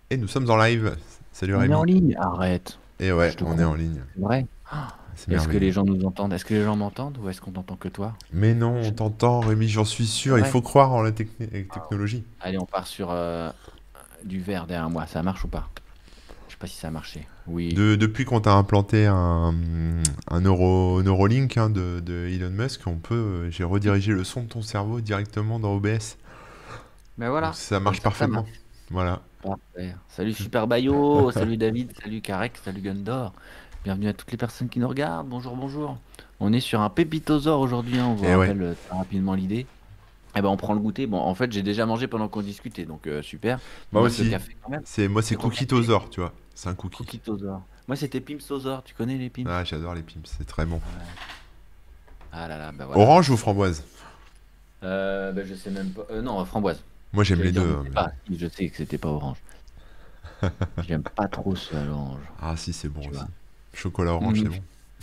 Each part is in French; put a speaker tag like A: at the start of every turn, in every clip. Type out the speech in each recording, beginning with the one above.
A: Et nous sommes en live. Salut
B: On est en
A: Rémi.
B: ligne? Arrête,
A: Et ouais,
B: je te
A: on est
B: crois.
A: en ligne.
B: C'est vrai? Ah,
A: C'est
B: est-ce que
A: merveilleux.
B: les gens nous entendent? Est-ce que les gens m'entendent ou est-ce qu'on t'entend que toi?
A: Mais non, on
B: Je-
A: t'entend Rémi, j'en suis
B: C'est
A: sûr. Il
B: vrai?
A: faut croire en la
B: Waouh.
A: technologie.
B: Allez, on part sur du verre derrière moi. Ça marche ou pas? Je sais pas si ça a marché. Oui.
A: Depuis qu'on t'a implanté un Neuralink de Elon Musk, j'ai redirigé le son de ton cerveau directement dans OBS.
B: Ben
A: Donc
B: voilà,
A: ça
B: comme
A: marche
B: ça, ça
A: parfaitement.
B: marche.
A: Voilà.
B: Parfait. Salut Super Bayo, salut David, salut Karek, salut Gundor. Bienvenue à toutes les personnes qui nous regardent. Bonjour, bonjour. On est sur un pépitosaure aujourd'hui, hein, on vous
A: Et ouais.
B: rappelle très rapidement l'idée. Eh ben, on prend le goûter. Bon, en fait, j'ai déjà mangé pendant qu'on discutait, donc super. Il
A: Moi
B: me reste le
A: aussi.
B: café quand même.
A: Moi c'est
B: C'est quoi
A: Cookie
B: café?
A: Tozer, tu vois. C'est un cookie.
B: Cookitosaure. Moi, c'était Pimsosaure. Tu connais les Pims?
A: Ah, j'adore les pims, c'est très bon.
B: Ouais. Ah là là, bah voilà.
A: Orange ou framboise?
B: Bah, je sais même pas. Non, framboise.
A: Moi j'aime
B: J'allais
A: les
B: dire,
A: deux,
B: je
A: hein,
B: sais
A: mais...
B: pas. Si, je sais que c'était pas orange. J'aime pas trop ce mélange,
A: Ah si, c'est bon
B: tu
A: aussi.
B: vois.
A: Chocolat orange, c'est
B: Mhm.
A: bon.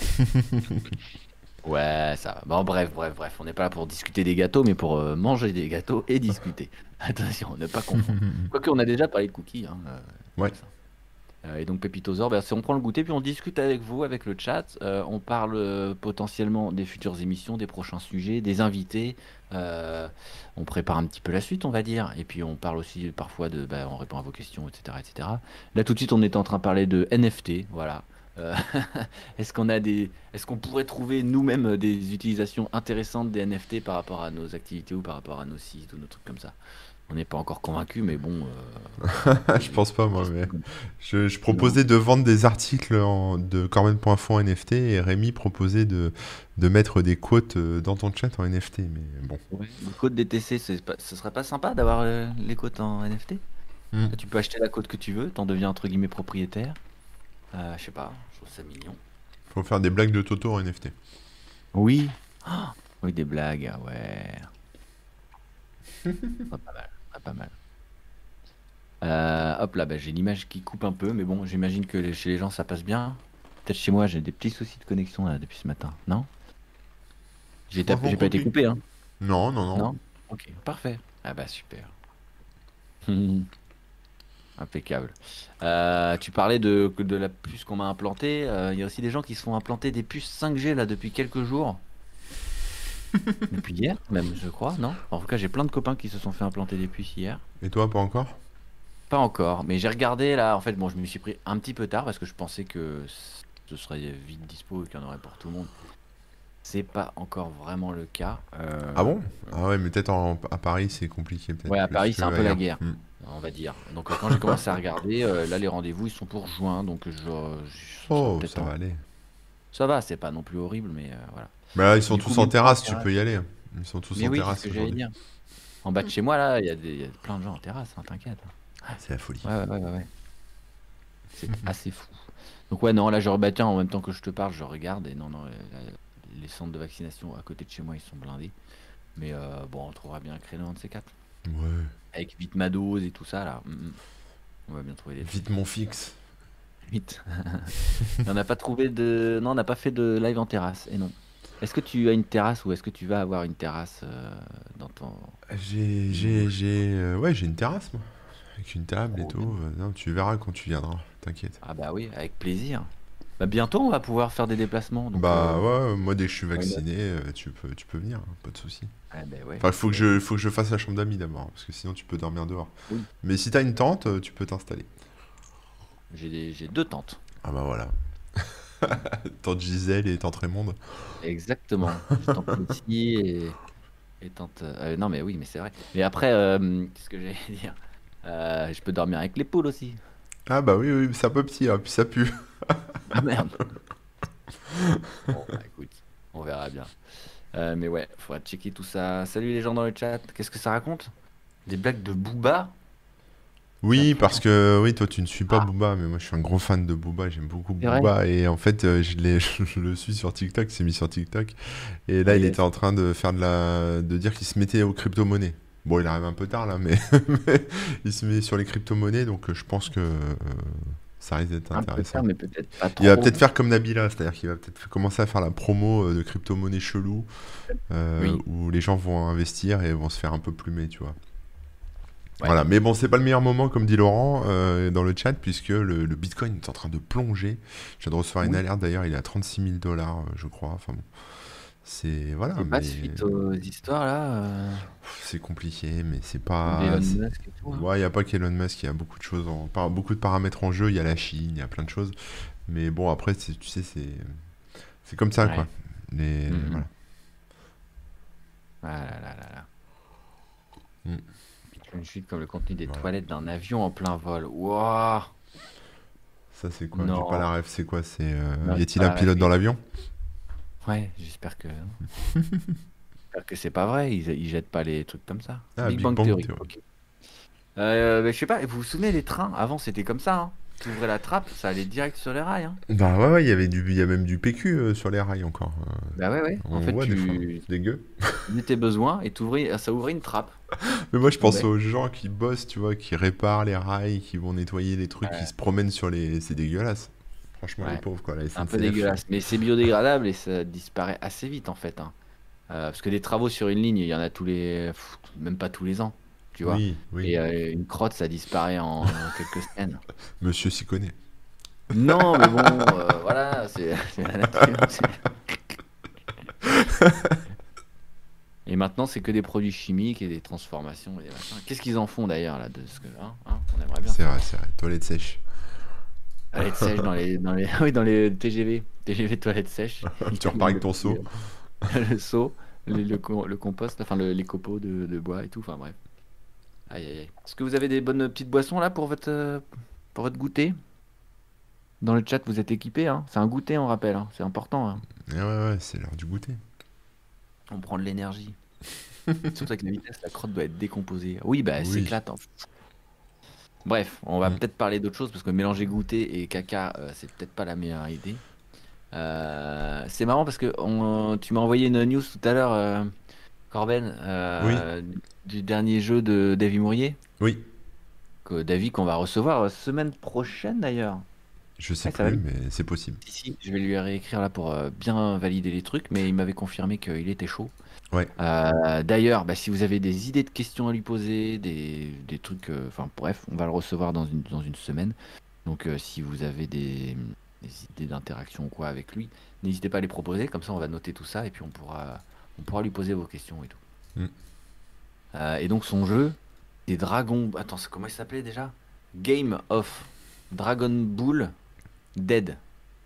B: Ouais, ça va. Bon, bref, bref, bref. On n'est pas là pour discuter des gâteaux, mais pour manger des gâteaux et discuter. Attention, ne pas confondre. Quoique, on a déjà parlé de cookies, hein,
A: Ouais.
B: comme ça. Et donc Pépitosaure, bah, on prend le goûter, puis on discute avec vous, avec le chat. On parle potentiellement des futures émissions, des prochains sujets, des invités. Euh, on prépare un petit peu la suite, on va dire. Et puis on parle aussi parfois bah, on répond à vos questions, etc., etc. Là tout de suite, on est en train de parler de NFT, voilà. Euh, est-ce qu'on pourrait trouver nous-mêmes des utilisations intéressantes des NFT par rapport à nos activités ou par rapport à nos sites ou nos trucs comme ça? On n'est pas encore convaincu, mais bon,
A: Je pense pas moi, mais
B: j'estime.
A: je
B: Non.
A: proposais de vendre des articles de Corben.info en NFT et Rémi proposait de mettre des quotes dans ton chat en NFT. Mais bon.
B: Ouais, les codes DTC, ce serait pas sympa d'avoir les codes en NFT?
A: Hmm.
B: Là, tu peux acheter la code que tu veux, t'en deviens entre guillemets propriétaire. Je sais pas, je trouve ça mignon.
A: Faut faire des blagues de Toto en NFT.
B: Oui. Ah, oui, des blagues, ah ouais. Pas mal, pas mal. Hop là, bah, j'ai l'image qui coupe un peu, mais bon, j'imagine que chez les gens ça passe bien. Peut-être chez moi, j'ai des petits soucis de connexion là depuis ce matin. Non?
A: Franchement,
B: J'ai pas été
A: cookie.
B: coupé, hein?
A: Non, non, non.
B: Non? Ok, parfait. Ah bah super. Impeccable. Tu parlais de la puce qu'on m'a implantée. Il y a aussi des gens qui se font implanter des puces 5G là depuis quelques jours. Depuis hier même, je crois, non? En tout cas, j'ai plein de copains qui se sont fait implanter des puces hier.
A: Et toi, pas encore?
B: Pas encore, mais j'ai regardé là. En fait, bon, je me suis pris un petit peu tard parce que je pensais que ce serait vite dispo et qu'il y en aurait pour tout le monde. C'est pas encore vraiment le cas.
A: Ah bon? Ah ouais, mais peut-être à Paris c'est compliqué, peut-être
B: Ouais, à
A: plus
B: Paris, c'est un
A: que
B: peu la
A: ailleurs.
B: guerre,
A: Hmm.
B: on va dire. Donc, quand j'ai commencé à regarder, là, les rendez-vous, ils sont pour juin. Donc, je serai
A: Oh,
B: peut-être
A: ça va
B: en.
A: aller.
B: Ça va, c'est pas non plus horrible, mais voilà.
A: Mais là, ils sont
B: Du coup,
A: tous en
B: même pas en
A: terrasse, tu
B: terrasse.
A: peux y aller. Ils sont tous
B: Mais
A: en
B: oui, c'est ce
A: terrasse
B: que j'allais
A: aujourd'hui.
B: dire. En bas de chez moi, là, il y a plein de gens en terrasse, hein, t'inquiète.
A: C'est la folie.
B: Ouais, ouais, ouais, ouais, ouais. C'est assez fou. Donc, ouais, non, là, bah, tiens, en même temps que je te parle, je regarde. Et non, non, là, les centres de vaccination à côté de chez moi, ils sont blindés. Mais bon, on trouvera bien un créneau, un de ces quatre.
A: Ouais.
B: Avec vite ma dose et tout ça, là. On va bien trouver des
A: Vite
B: trucs.
A: mon fixe.
B: Vite. On n'a pas trouvé de. Non, on n'a pas fait de live en terrasse. Et non. Est-ce que tu as une terrasse ou est-ce que tu vas avoir une terrasse dans ton nouveau
A: Ouais, j'ai une terrasse, moi. Avec une table et
B: trop
A: tout.
B: bien?
A: Non, tu verras quand tu viendras, t'inquiète.
B: Ah bah oui, avec plaisir. Bah bientôt on va pouvoir faire des déplacements, donc
A: Bah ouais, moi dès que je suis
B: why not?
A: vacciné, tu peux venir, hein, pas de souci.
B: Ah bah ouais,
A: Enfin,
B: bah
A: faut que je fasse la chambre d'amis d'abord, parce que sinon tu peux dormir dehors.
B: oui.
A: Mais si t'as une tente, tu peux t'installer.
B: J'ai deux tantes.
A: Ah bah voilà. Tante Gisèle et tante Raymonde.
B: Exactement. J'ai tante Lucie et tante. Non mais oui, mais c'est vrai. Mais après, qu'est-ce que j'allais dire? Je peux dormir avec les poules aussi.
A: Ah bah oui, oui, c'est un peu petit, hein, puis ça pue.
B: Ah merde. Bon, bah écoute, on verra bien. Mais ouais, faudra checker tout ça. Salut les gens dans le chat. Qu'est-ce que ça raconte? Des blagues de Booba? Ah
A: Oui, parce
B: putain.
A: que oui, toi tu ne suis pas
B: Ah,
A: Booba, mais moi je suis un gros fan de Booba, j'aime beaucoup
B: c'est vrai.
A: Booba, et en fait je le suis sur TikTok, il s'est mis sur TikTok, et là
B: Ah
A: il était
B: yes.
A: en train de faire de dire qu'il se mettait aux crypto-monnaies. Bon, il arrive un peu tard là, mais, mais il se met sur les crypto-monnaies, donc je pense que ça risque d'être
B: Un peu
A: intéressant.
B: tard, mais peut-être pas
A: Il va
B: trop.
A: peut-être faire comme Nabila, c'est-à-dire qu'il va peut-être commencer à faire la promo de crypto-monnaies chelou,
B: Oui.
A: où les gens vont investir et vont se faire un peu plumer, tu vois.
B: Ouais.
A: Voilà, mais bon, c'est pas le meilleur moment, comme dit Laurent dans le chat, puisque le Bitcoin est en train de plonger. Je viens de recevoir une
B: Oui.
A: alerte d'ailleurs, il est à 36 000 $, je crois. Enfin bon, c'est. Voilà,
B: C'est pas
A: mais.
B: suite aux histoires là
A: C'est compliqué, mais c'est pas.
B: d'Elon Musk et tout, hein.
A: Ouais, il n'y a pas qu'Elon Musk, il y a beaucoup de choses, beaucoup de paramètres en jeu, il y a la Chine, il y a plein de choses. Mais bon, après, tu sais, c'est comme ça, quoi.
B: Ouais.
A: Mais
B: Mm,
A: voilà.
B: Ah là là là là.
A: Mm.
B: Une chute comme le contenu des
A: Voilà.
B: toilettes d'un avion en plein vol. Wouah.
A: Ça, c'est quoi? J'ai pas
B: Non.
A: la ref, c'est quoi?
B: Non,
A: Y
B: j'ai
A: a-t-il
B: pas
A: un
B: la ref.
A: pilote dans l'avion?
B: Ouais, j'espère que c'est pas vrai. Ils jettent pas les trucs comme ça.
A: Ah,
B: Big
A: Big
B: Bang
A: Bang
B: Theory.
A: Theory.
B: Ok. Je sais pas. Vous vous souvenez les trains? Avant, c'était comme ça, hein. Tu ouvrais la trappe, ça allait direct sur les rails, hein.
A: Bah ouais, ouais, il y a même du PQ sur les rails encore.
B: Bah ouais, ouais. En
A: On
B: fait,
A: voit des fois,
B: tu
A: c'est dégueu.
B: faisais tes besoins et ça ouvrait une trappe
A: Mais moi,
B: qui
A: je pense
B: tombait.
A: aux gens qui bossent, tu vois, qui réparent les rails, qui vont nettoyer les trucs, qui
B: Ouais.
A: se promènent sur les. C'est dégueulasse. Franchement, les
B: Ouais.
A: pauvres, quoi, la
B: Un peu
A: SNCF.
B: dégueulasse. Mais c'est biodégradable et ça disparaît assez vite, en fait, hein. Parce que des travaux sur une ligne, il y en a même pas tous les ans, tu vois.
A: Oui, oui.
B: Et une crotte, ça disparaît en quelques semaines.
A: Monsieur s'y connaît.
B: Non, mais bon, voilà, c'est c'est la nature. Et maintenant, c'est que des produits chimiques et des transformations et des machins. Qu'est-ce qu'ils en font d'ailleurs là de ce que, hein, on aimerait bien
A: C'est vrai,
B: savoir.
A: c'est vrai. Toilette sèche.
B: Toilettes sèches oui, dans les TGV toilettes sèches. Ils
A: Tu repars
B: t'amènent
A: avec ton seau.
B: le seau, le compost, enfin les copeaux de bois et tout. Enfin bref. Aïe aïe aïe. Est-ce que vous avez des bonnes petites boissons là pour votre goûter? Dans le chat, vous êtes équipés, hein? C'est un goûter, on rappelle, hein. C'est important, hein.
A: Et ouais, ouais, c'est l'heure du goûter.
B: On prend de l'énergie. Surtout avec la vitesse, la crotte doit être décomposée. Oui, bah elle
A: Oui.
B: s'éclate, hein. Bref, on va
A: Mm.
B: peut-être parler d'autre chose parce que mélanger goûter et caca, c'est peut-être pas la meilleure idée. C'est marrant parce que tu m'as envoyé une news tout à l'heure, Corben,
A: Oui,
B: du dernier jeu de Davy Mourier,
A: oui.
B: Davy qu'on va recevoir semaine prochaine d'ailleurs.
A: Je sais
B: Ouais, ça va
A: plus,
B: vite.
A: mais c'est possible.
B: Si, si, je vais lui réécrire là pour bien valider les trucs, mais il m'avait confirmé qu'il était chaud.
A: Ouais.
B: D'ailleurs, bah, si vous avez des idées de questions à lui poser, des trucs, enfin bref, on va le recevoir dans une semaine. Donc si vous avez des idées d'interaction ou quoi avec lui, n'hésitez pas à les proposer, comme ça on va noter tout ça et puis on pourra lui poser vos questions et tout.
A: Mm.
B: Et donc son jeu, des dragons. Attends, comment il s'appelait déjà? Game of Dragon Ball Dead.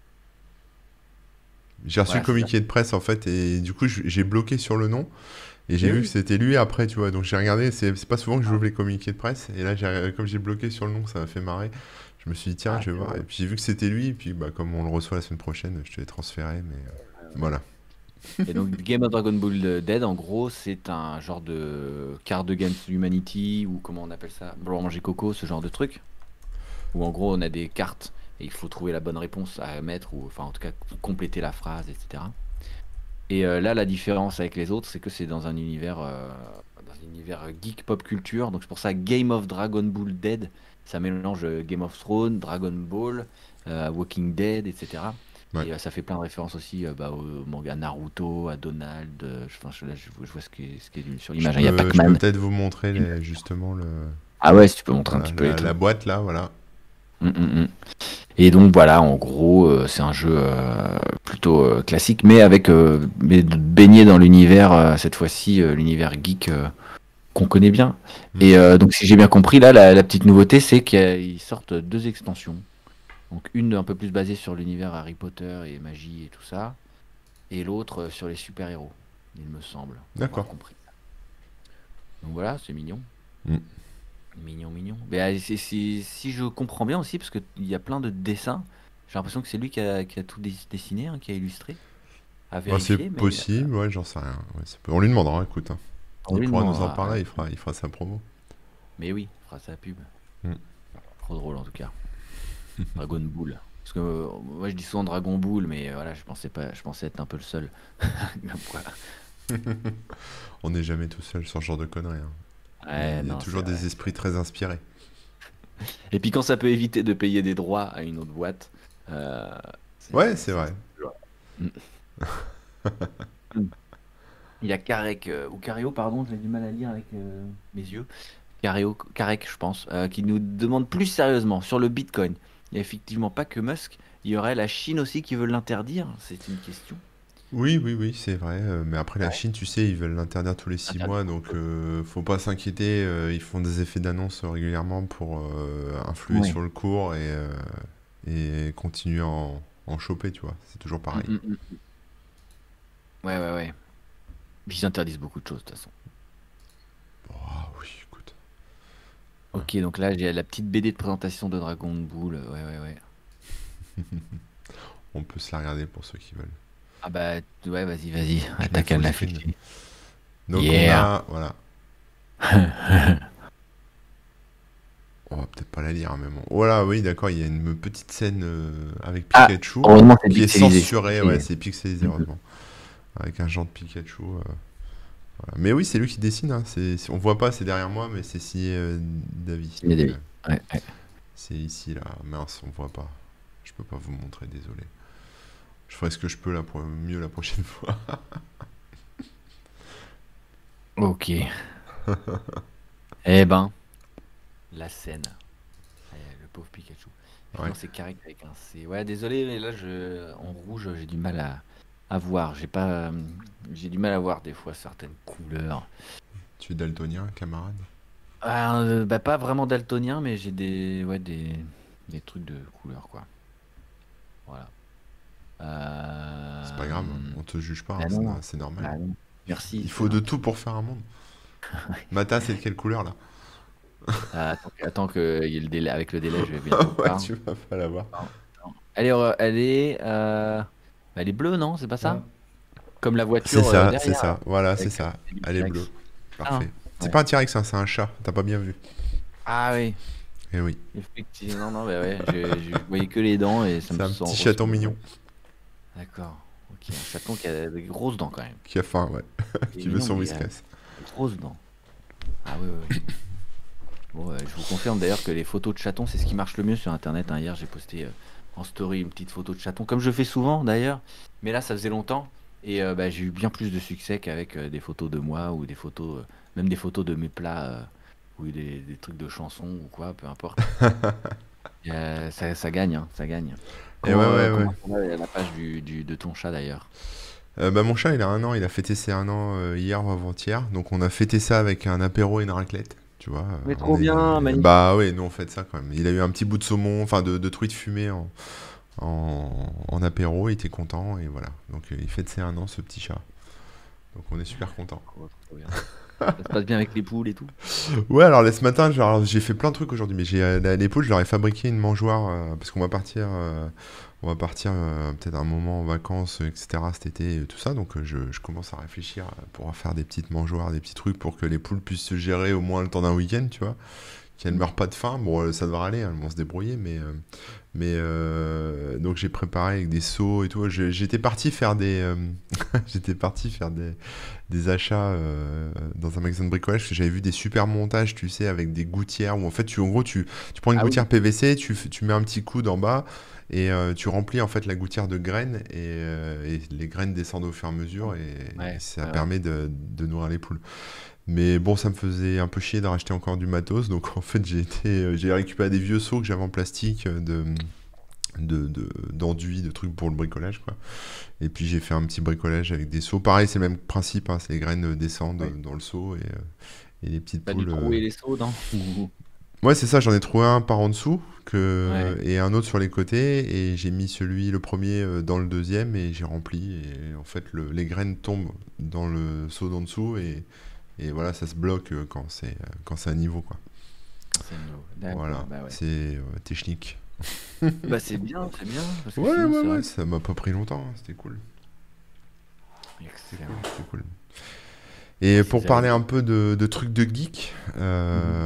A: J'ai reçu le
B: Voilà, c'est ça.
A: communiqué de presse en fait, et du coup, j'ai bloqué sur le nom. Et j'ai
B: Mais
A: vu que
B: oui.
A: c'était lui après, tu vois. Donc j'ai regardé, c'est pas souvent que j'ouvre les communiqués de presse. Et là, comme j'ai bloqué sur le nom, ça m'a fait marrer. Je me suis dit, tiens,
B: Ah,
A: je vais
B: c'est
A: voir. Et
B: drôle.
A: puis j'ai vu que c'était lui. Et puis bah, comme on le reçoit la semaine prochaine, je te l'ai transféré. Mais voilà.
B: Et donc Game of Dragon Ball Dead, en gros, c'est un genre de card against humanity, ou comment on appelle ça? Blanc manger coco, ce genre de truc. Où en gros, on a des cartes et il faut trouver la bonne réponse à mettre, ou enfin en tout cas compléter la phrase, etc. Et là, la différence avec les autres, c'est que c'est dans un univers geek pop culture. Donc c'est pour ça Game of Dragon Ball Dead, ça mélange Game of Thrones, Dragon Ball, Walking Dead, etc.
A: Ouais.
B: Et ça fait plein de références aussi bah, au manga Naruto, à Donald. Enfin, là, je vois ce qui est sur
A: Je
B: l'image, hein. Il y a
A: peux
B: Pac-Man.
A: peut-être vous montrer justement
B: Ah ouais, si tu peux montrer un
A: voilà,
B: petit peu les
A: la
B: trucs.
A: boîte là, voilà.
B: Mm, mm, mm. Et donc voilà, en gros, c'est un jeu plutôt classique, mais baigné dans l'univers, cette fois-ci, l'univers geek qu'on connaît bien.
A: Mm.
B: Et donc si j'ai bien compris, là, la petite nouveauté, c'est qu'ils sortent deux extensions. Donc une un peu plus basée sur l'univers Harry Potter et magie et tout ça, et l'autre sur les super-héros, il me semble, avoir
A: D'accord.
B: compris. Donc voilà, c'est mignon.
A: Mm.
B: Mignon, mignon. Mais si je comprends bien aussi, parce qu'il y a plein de dessins, j'ai l'impression que c'est lui qui a tout dessiné, hein, qui a illustré, à
A: Bah, c'est
B: vérifier, mais
A: possible, ouais, j'en sais rien. Ouais, on lui demandera, écoute. Hein.
B: on
A: Il
B: lui
A: pourra nous en
B: demandera.
A: parler, il fera sa promo.
B: Mais oui, il fera sa pub.
A: Mm.
B: Trop drôle en tout cas. Dragon Ball. Parce que moi je dis souvent Dragon Ball, mais voilà, je pensais être un peu le seul. Comme quoi.
A: On n'est jamais tout seul sur ce genre de conneries. Hein.
B: Ouais,
A: Il y a
B: non, c'est
A: toujours
B: vrai.
A: des esprits très inspirés.
B: Et puis quand ça peut éviter de payer des droits à une autre boîte, euh,
A: Ouais, c'est
B: c'est
A: vrai.
B: toujours- Mm. Il y a Karek, ou Cario, pardon, j'ai du mal à lire avec mes yeux. Karek, je pense, qui nous demande plus sérieusement sur le Bitcoin. Il n'y a effectivement pas que Musk, il y aurait la Chine aussi qui veut l'interdire. C'est une question.
A: Oui, oui, oui, c'est vrai. Mais après, la
B: Ouais.
A: Chine, tu sais, ils veulent l'interdire tous les 6 mois,
B: Interdire.
A: donc faut pas s'inquiéter. Ils font des effets d'annonce régulièrement pour influer
B: Oui.
A: sur le cours et continuer à en choper, tu vois. C'est toujours
B: Mm,
A: pareil.
B: mm, mm. Ouais, ouais, ouais. Puis ils interdisent beaucoup de choses de toute façon.
A: Ah oui, écoute. Ouais.
B: Ok, donc là j'ai la petite BD de présentation de Dragon Ball. Ouais, ouais, ouais.
A: On peut se la regarder pour ceux qui veulent.
B: Ah bah ouais, vas-y, vas-y.
A: Je mets
B: Attaque à
A: full screen.
B: l'afficher.
A: Donc on
B: Yeah.
A: a, voilà. On va peut-être pas la lire, hein, mais bon. Voilà, oui, d'accord, il y a une petite scène avec
B: Ah,
A: Pikachu
B: heureusement c'est
A: qui est
B: pixelisé.
A: censurée, ouais, c'est pixelisé, heureusement. Avec un genre de Pikachu. Voilà. Mais oui, c'est lui qui dessine, hein. On voit pas, c'est derrière moi, mais c'est signé Davy.
B: Il y a
A: Donc,
B: des- Ouais, ouais.
A: c'est ici, là. Mince, on voit pas. Je peux pas vous montrer, désolé. Je ferai ce que je peux là pour mieux la prochaine fois.
B: Ok. Eh ben, la scène. Le pauvre Pikachu.
A: Ouais.
B: Non, c'est Karek avec un C. Ouais, désolé, mais là, en rouge, j'ai du mal à voir. J'ai du mal à voir des fois certaines couleurs.
A: Tu es daltonien, camarade?
B: Bah, pas vraiment daltonien, mais j'ai des trucs de couleurs, quoi. Voilà.
A: C'est pas grave, on te juge pas, hein,
B: Bah non,
A: c'est normal.
B: bah non. Merci,
A: Il
B: c'est
A: faut de
B: gentil.
A: tout pour faire un monde. Mata, c'est de quelle couleur là?
B: Attends qu'il y ait le délai. Avec le délai, je vais bientôt
A: Ouais,
B: voir.
A: tu vas pas l'avoir.
B: Non, non. Elle est bleue, non? C'est pas
C: Ouais.
B: ça? Comme la
A: C'est
B: voiture
A: ça, c'est
B: derrière, là,
A: ça. Voilà, c'est
B: avec
A: ça.
B: les
A: Elle est
B: T-Rex.
A: bleue.
B: Ah, hein.
A: Parfait. C'est
B: Ouais.
A: pas un T-Rex, hein, c'est un chat. T'as pas bien vu.
B: Ah oui,
A: Eh oui.
B: effectivement. Non, non, bah ouais, je voyais que les dents et ça me
A: C'est un
B: sent
A: petit chaton
B: ressemble.
A: mignon
B: D'accord. Ok, un chaton qui a des grosses dents quand même.
A: qui a faim, ouais.
B: Il est
A: Qui veut
B: mignon,
A: son
B: mais il a
A: whiskas.
B: des grosses dents. Ah oui, oui, oui. Bon, je vous confirme d'ailleurs que les photos de chatons, c'est ce qui marche le mieux sur Internet, hein. Hier, j'ai posté en story une petite photo de chaton, comme je fais souvent d'ailleurs. Mais là, ça faisait longtemps. Et bah, j'ai eu bien plus de succès qu'avec des photos de moi ou des photos, même des photos de mes plats ou des trucs de chansons ou quoi, peu importe. Ça gagne, hein, ça gagne.
A: Et ouais, ouais, ouais.
B: Comment ça va la page de ton chat d'ailleurs?
A: Bah, mon chat, il a 1 an. Il a fêté ses 1 an hier ou avant-hier. Donc, on a fêté ça avec un apéro et une raclette. Tu vois,
B: Mais trop bien, magnifique.
A: bah ouais, nous on fait ça quand même. Il a eu un petit bout de saumon, enfin de truite fumée en apéro, il était content et voilà. Donc il fête ses 1 an, ce petit chat. Donc on est super content.
B: Trop bien. Ça se passe bien avec les poules et tout?
A: Ouais, alors là, ce matin, j'ai fait plein de trucs aujourd'hui, mais les poules, je leur ai fabriqué une mangeoire parce qu'on va partir, peut-être un moment en vacances, etc. cet été, et tout ça. Donc je commence à réfléchir pour faire des petites mangeoires, des petits trucs pour que les poules puissent se gérer au moins le temps d'un week-end, tu vois. Qu'elles ne meurent pas de faim. Bon, ça devrait aller, elles vont se débrouiller, donc j'ai préparé avec des seaux et tout. J'étais parti faire j'étais parti faire des achats dans un magasin de bricolage parce que j'avais vu des super montages, tu sais, avec des gouttières où en fait, en gros, tu prends une
B: Ah oui.
A: gouttière PVC, tu mets un petit coude en bas et tu remplis en fait la gouttière de graines et les graines descendent au fur et à mesure et
B: Ouais,
A: ça
B: ouais, ouais.
A: permet de nourrir les poules. Mais bon, ça me faisait un peu chier de racheter encore du matos, donc en fait, j'ai récupéré des vieux seaux que j'avais en plastique d'enduit, de trucs pour le bricolage, quoi. Et puis j'ai fait un petit bricolage avec des seaux. Pareil, c'est le même principe, hein, les graines descendent
B: Ouais.
A: dans le seau et les petites
B: T'as dû
A: poules.
B: trouver les seaux, non?
A: Ouais, c'est ça, j'en ai trouvé un par en dessous
B: Ouais.
A: et un autre sur les côtés. Et j'ai mis le premier dans le deuxième et j'ai rempli. Et en fait, les graines tombent dans le seau d'en dessous et voilà, ça se bloque quand c'est à niveau, quoi.
B: C'est nouveau. D'accord,
A: Voilà,
B: bah ouais.
A: c'est technique.
B: Bah c'est bien, parce que
A: Ouais,
B: sinon
A: ouais,
B: c'est vrai
A: ouais,
B: que
A: ça m'a pas pris longtemps, hein, c'était cool. C'était
B: excellent.
A: cool, c'était cool.
B: Bah,
A: Et
B: c'est
A: pour
B: ça.
A: parler un peu de trucs de geek,
B: Mhm.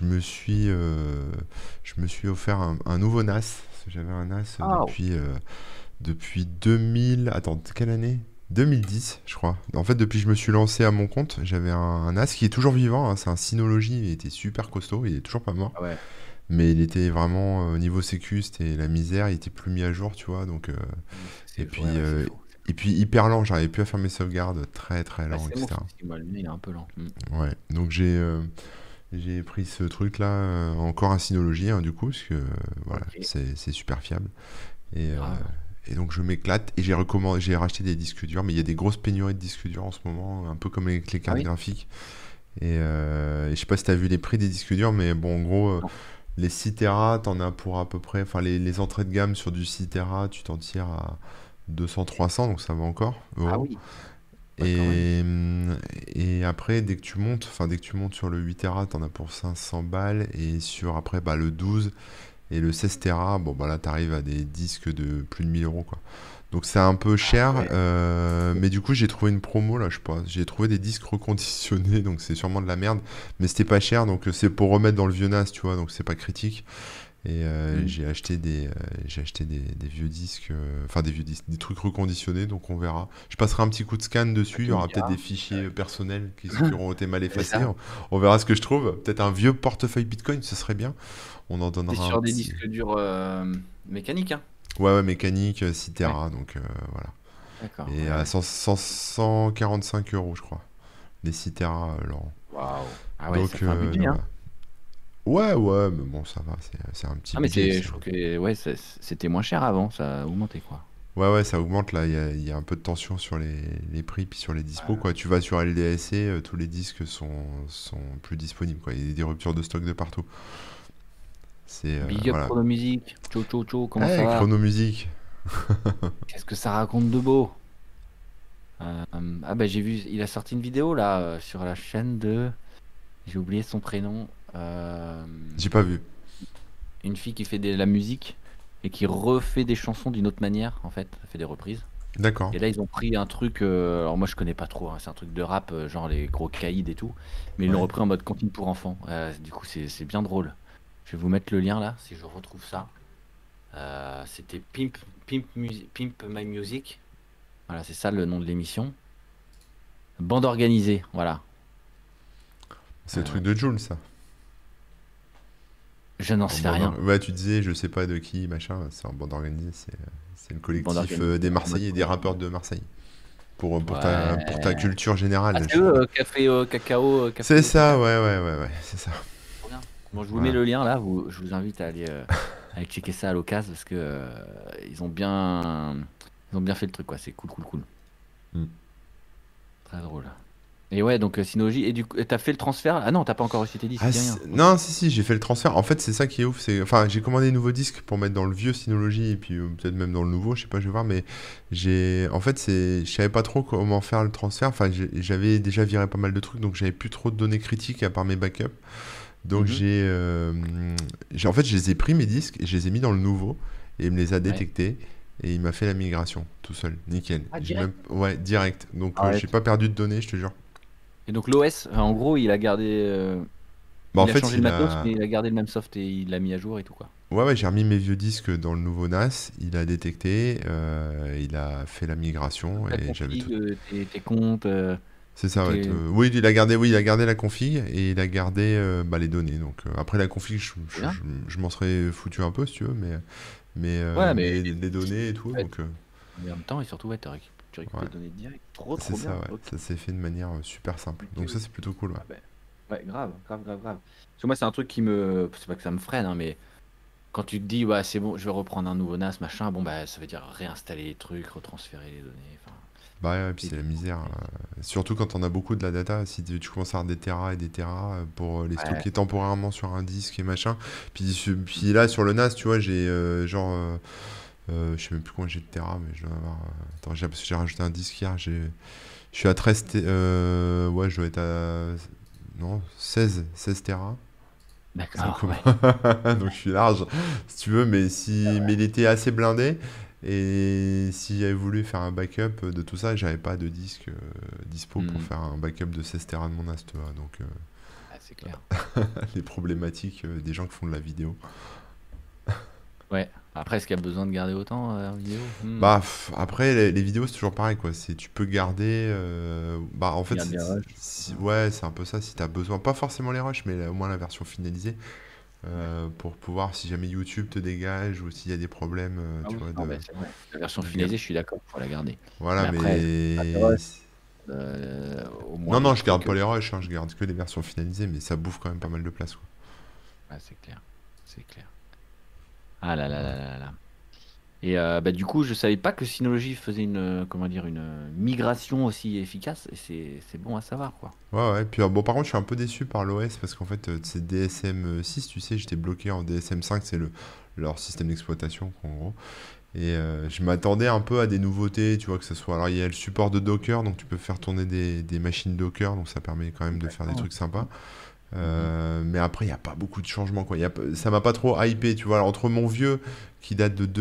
A: je me suis offert un nouveau NAS. Parce que j'avais un NAS
B: Ah,
A: depuis 2000. Attends, quelle année? 2010, je crois. En fait, depuis que je me suis lancé à mon compte, j'avais un NAS qui est toujours vivant, hein, c'est un Synology, il était super costaud, il est toujours pas mort.
B: ah ouais.
A: Mais il était vraiment au niveau sécu, c'était la misère, il était plus mis à jour, tu vois. Donc, et puis,
B: Ouais, ouais, c'est faux.
A: hyper lent, j'arrivais plus à faire mes sauvegardes, très très
B: Bah,
A: lent,
B: c'est mon
A: etc.
B: souci, moi, le mien il est un peu lent.
A: Ouais, donc J'ai pris ce truc-là encore à Synology, hein, du coup, parce que voilà,
B: Ok,
A: c'est super fiable. Et, euh,
B: grave.
A: et donc je m'éclate et j'ai racheté des disques durs, mais il y a des grosses pénuries de disques durs en ce moment, un peu comme avec les
B: Ah
A: cartes
B: oui?
A: graphiques. Et je sais pas si tu as vu les prix des disques durs, mais bon, en gros,
B: Non.
A: les 6 Tera, t'en as pour à peu près, enfin les entrées de gamme sur du 6 Tera, tu t'en tires à 200-300, donc ça va encore,
B: Ah
A: euros.
B: oui, ouais, quand même.
A: Et, hum, et après, dès que tu montes sur le 8 Tera, t'en as pour 500 balles, et sur après, bah, le 12 et le 16 Tera, bon, bah là, t'arrives à des disques de plus de 1000 euros, quoi. Donc c'est un peu
B: Ah
A: cher,
B: ouais.
A: mais du coup j'ai trouvé une promo là, je sais pas. J'ai trouvé des disques reconditionnés, donc c'est sûrement de la merde, mais c'était pas cher, donc c'est pour remettre dans le vieux NAS, tu vois, donc c'est pas critique. Et
B: Hmm.
A: j'ai acheté des vieux disques, enfin des vieux disques, des trucs reconditionnés, donc on verra. Je passerai un petit coup de scan
B: Ah,
A: dessus, il y
B: tu me
A: aura peut-être des
B: diras.
A: fichiers personnels qui auront été mal
B: C'est
A: effacés.
B: ça.
A: On verra ce que je trouve. Peut-être un vieux portefeuille Bitcoin, ce serait bien. On en
B: T'es
A: donnera un
B: sur des
A: petit.
B: disques durs mécaniques, hein?
A: Ouais, ouais, mécanique, 6
B: Ouais,
A: Tera, donc voilà.
B: d'accord.
A: Et
B: Ouais,
A: à
B: ouais.
A: 145 euros, je crois. Les 6 Tera, Laurent.
B: Waouh. Ah ouais, ça
A: Donc,
B: fait un budget, hein?
A: voilà. Ouais, ouais, mais bon, ça va, c'est un petit
B: Ah mais
A: budget.
B: je trouve que ouais, c'était moins cher avant, ça a augmenté quoi.
A: Ouais, ouais, ça augmente là. Il y a un peu de tension sur les prix puis sur les dispos,
B: Ouais.
A: quoi. Tu vas sur LDSC, tous les disques sont plus disponibles, quoi. Il y a des ruptures de stock de partout. C'est
B: Big up
A: voilà.
B: Chrono Music. Ciao, ciao, ciao, comment ça
A: Eh,
B: va?
A: Chronomusique.
B: Qu'est-ce que ça raconte de beau? Ah bah j'ai vu, il a sorti une vidéo là sur la chaîne de, j'ai oublié son prénom,
A: J'ai pas vu.
B: une fille qui fait de la musique et qui refait des chansons d'une autre manière en fait, elle fait des reprises.
A: D'accord.
B: Et là ils ont pris un truc, alors moi je connais pas trop, hein, c'est un truc de rap genre les gros caïds et tout, mais ils l'ont
A: Ouais.
B: repris en mode comptine pour enfants. Du coup c'est bien drôle. Je vais vous mettre le lien là si je retrouve ça. C'était Pimp My Music. Voilà, c'est ça le nom de l'émission. Bande organisée, voilà.
A: C'est le
B: Euh,
A: truc de Joule, ça.
B: je n'en
A: En
B: sais rien.
A: Ouais, tu disais, je sais pas de qui, machin. C'est en bande organisée. C'est le
B: Bande
A: collectif
B: organisée
A: des
B: en mode
A: Marseillais, des
B: comptine pour
A: rappeurs de
B: enfants.
A: Marseille. Pour ta
B: Ouais.
A: culture
B: Ah,
A: générale.
B: c'est eux, café, cacao,
A: C'est
B: café,
A: ça,
B: caca.
A: ouais, ouais, ouais, ouais, c'est ça.
B: Trop bien. Bon, je vous mets
A: Voilà.
B: le lien là. Je vous invite à aller checker ça à l'occasion parce que ils ont bien fait le truc quoi. C'est cool, cool, cool.
A: Mm.
B: Très drôle. Et ouais, donc Synology. Et du coup, t'as fait le transfert? Ah non, t'as pas encore reçu tes disques,
A: Ah,
B: dis rien. Ok.
A: non, si, si, j'ai fait le transfert. En fait, c'est ça qui est ouf. Enfin, j'ai commandé des nouveaux disques pour mettre dans le vieux Synology et puis peut-être même dans le nouveau, je sais pas, je vais voir. Mais en fait, je savais pas trop comment faire le transfert. Enfin, j'avais déjà viré pas mal de trucs, donc j'avais plus trop de données critiques à part mes backups. Donc
B: Mhm.
A: en fait, je les ai pris mes disques et je les ai mis dans le nouveau et il me les a
B: Ouais.
A: détectés et il m'a fait la migration tout seul, nickel.
B: Ah, direct.
A: Ouais, direct. Donc j'ai
B: Arrête.
A: pas perdu de données, je te jure.
B: Et donc l'OS, en gros, il a gardé,
A: Bah en
B: il a
A: fait,
B: changé le matos, mais il a gardé le même soft et il l'a mis à jour et tout quoi.
A: ouais, ouais, j'ai remis mes vieux disques dans le nouveau NAS, il a détecté, il a fait la migration
B: La
A: et j'avais tout.
B: config, tes comptes,
A: C'est
B: tous
A: ça, ouais.
B: tes.
A: Oui, il a gardé la config et il a gardé bah, les données. Donc après la config,
B: Trop bien.
A: je m'en serais foutu un peu si tu veux,
B: Ouais, mais
A: mais les données et tout,
B: ouais,
A: donc
B: en même temps, et surtout, ouais, tu récupères
A: ouais,
B: les données direct. Trop,
A: c'est
B: trop
A: ça,
B: bien.
A: ouais.
B: Ok,
A: Ça s'est fait de manière super simple.
B: ok,
A: Donc ça,
B: ok.
A: c'est plutôt cool, ouais.
B: Ah ben, ouais, grave, grave, grave, grave. Parce que moi, c'est un truc qui me. C'est pas que ça me freine, hein, mais quand tu te dis, ouais, c'est bon, je vais reprendre un nouveau NAS, machin, bon, bah, ça veut dire réinstaller les trucs, retransférer les données. Enfin,
A: Bah ouais, et puis
B: c'est
A: c'est la
B: du.
A: misère. Surtout quand on a beaucoup de la data, si tu commences à avoir des terras et des terras pour les
B: Ouais.
A: stocker temporairement sur un disque et machin. Puis là, sur le NAS, tu vois, j'ai je sais même plus combien j'ai de terras, mais je dois avoir. Attends, parce que j'ai rajouté un disque hier. Je suis à 13. Ouais, je dois être à. Non, 16 terras. Ça
B: D'accord,
A: commence.
B: ouais.
A: Donc je suis large, si tu veux, mais il était assez blindé. Et si j'avais voulu faire un backup de tout ça, j'avais pas de disque dispo pour
B: Hmm.
A: faire un backup de 16 Tera de mon NAS, tu vois. Donc
B: Ouais, c'est clair.
A: les problématiques des gens qui font de la vidéo.
B: Ouais. Après, est-ce qu'il y a besoin de garder autant en vidéo?
A: Bah après les vidéos c'est toujours pareil quoi. Tu peux garder. Bah en fait
B: Garde des rushs.
A: ouais c'est un peu ça si t'as besoin. Pas forcément les rushs mais au moins la version finalisée.
B: Ouais.
A: Pour pouvoir, si jamais YouTube te dégage ou s'il y a des problèmes,
B: Ah
A: tu
B: oui,
A: vois,
B: non, bah, c'est vrai. La version
A: de ga-
B: finalisée, je suis d'accord, faut la garder.
A: Voilà,
B: Mais après, pas de
A: mais
B: rush. au moins
A: Non,
B: des
A: non, je garde
B: trucs.
A: pas les rushs, hein, je garde que les versions finalisées, mais ça bouffe quand même pas mal de place, quoi.
B: Ouais, c'est clair. C'est clair. Ah là là
A: Ouais.
B: là là là. Et bah, du coup, je savais pas que Synology faisait une, comment dire, une migration aussi efficace. Et c'est bon à savoir, quoi.
A: Ouais, ouais. Puis bon, par contre, je suis un peu déçu par l'OS parce qu'en fait, c'est DSM 6, tu sais, j'étais bloqué en DSM 5, c'est leur système d'exploitation, en gros. Et je m'attendais un peu à des nouveautés, tu vois, que ce soit. Alors, il y a le support de Docker, donc tu peux faire tourner des machines Docker, donc ça permet quand même de faire des
B: D'accord.
A: trucs sympas.
B: Mhm.
A: Mais après, il n'y a pas beaucoup de changements, quoi. Ça m'a pas trop hypé, tu vois. Alors, entre mon vieux, qui date de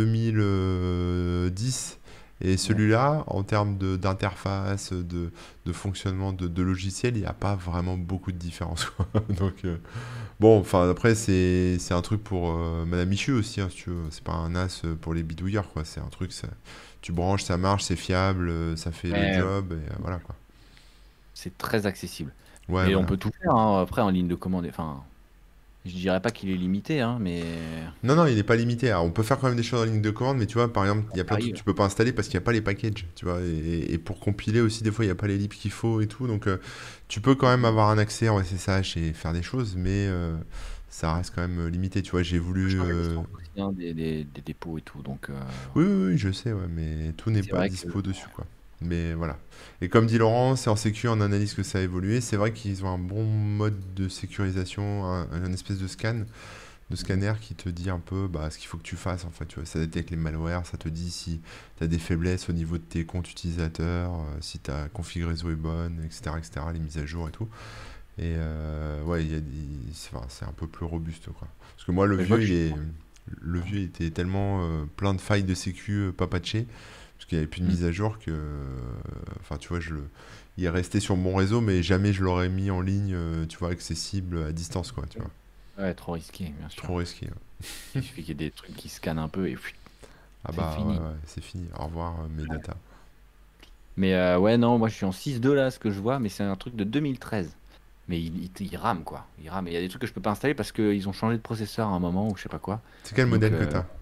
A: 2010, et
B: Ouais.
A: celui-là, en termes d'interface, de fonctionnement de logiciel, il n'y a pas vraiment beaucoup de différence, quoi. Donc, bon, enfin, après, c'est un truc pour Madame Michu aussi, hein, si tu veux. C'est pas un as pour les bidouilleurs, quoi. C'est un truc, tu branches, ça marche, c'est fiable, ça fait le
B: Ouais,
A: job, et voilà, quoi.
B: c'est très accessible.
A: Ouais,
B: Mais on
A: voilà.
B: peut tout faire, hein, après en ligne de commande. Enfin, je dirais pas qu'il est limité, hein, mais
A: Non, non, il n'est pas limité. Alors, on peut faire quand même des choses en ligne de commande, mais tu vois, par exemple, il y a
B: ça
A: plein de trucs que
B: arrive.
A: tu peux pas installer parce qu'il n'y a pas les packages, tu vois. Et pour compiler aussi, des fois, il n'y a pas les libs qu'il faut et tout. Donc, tu peux quand même
B: Mhm.
A: avoir un accès en SSH et faire des choses, mais ça reste quand même limité. Tu vois, j'ai
B: On peut
A: voulu.
B: changer les sources aussi, hein, des dépôts et tout. Donc,
A: Oui, oui, oui, je sais, ouais, mais tout n'est
B: c'est
A: pas
B: vrai que
A: dispo dessus, quoi. Mais voilà. Et comme dit Laurent, c'est en sécu, on analyse que ça a évolué. C'est vrai qu'ils ont un bon mode de sécurisation, un espèce de
B: Mhm.
A: scanner qui te dit un peu bah, ce qu'il faut que tu fasses. En fait, tu vois, ça détecte les malwares, ça te dit si tu as des faiblesses au niveau de tes comptes utilisateurs, si ta config réseau est bonne, etc., etc., les mises à jour et tout. Et ouais, c'est un peu plus robuste, quoi. Parce que moi,
B: Mais je vois que
A: le vieux il était tellement plein de failles de sécu pas patchées, parce qu'il n'y avait plus de
B: Mhm.
A: mise à jour que, enfin, tu vois, il est resté sur mon réseau, mais jamais je l'aurais mis en ligne, tu vois, accessible à distance, quoi, tu vois.
B: Ouais, trop risqué, bien sûr.
A: Trop risqué, ouais.
B: Il suffit qu'il y ait des trucs qui scannent un peu et
A: Ah
B: c'est
A: bah ouais,
B: fini.
A: ouais, c'est fini. Au revoir mes datas.
B: Mais ouais, non, moi je suis en 6.2 là, ce que je vois, mais c'est un truc de 2013. Mais il rame quoi. Il rame. Et il y a des trucs que je peux pas installer parce qu'ils ont changé de processeur à un moment ou je sais pas quoi.
A: C'est quel
B: Donc
A: modèle que t'as?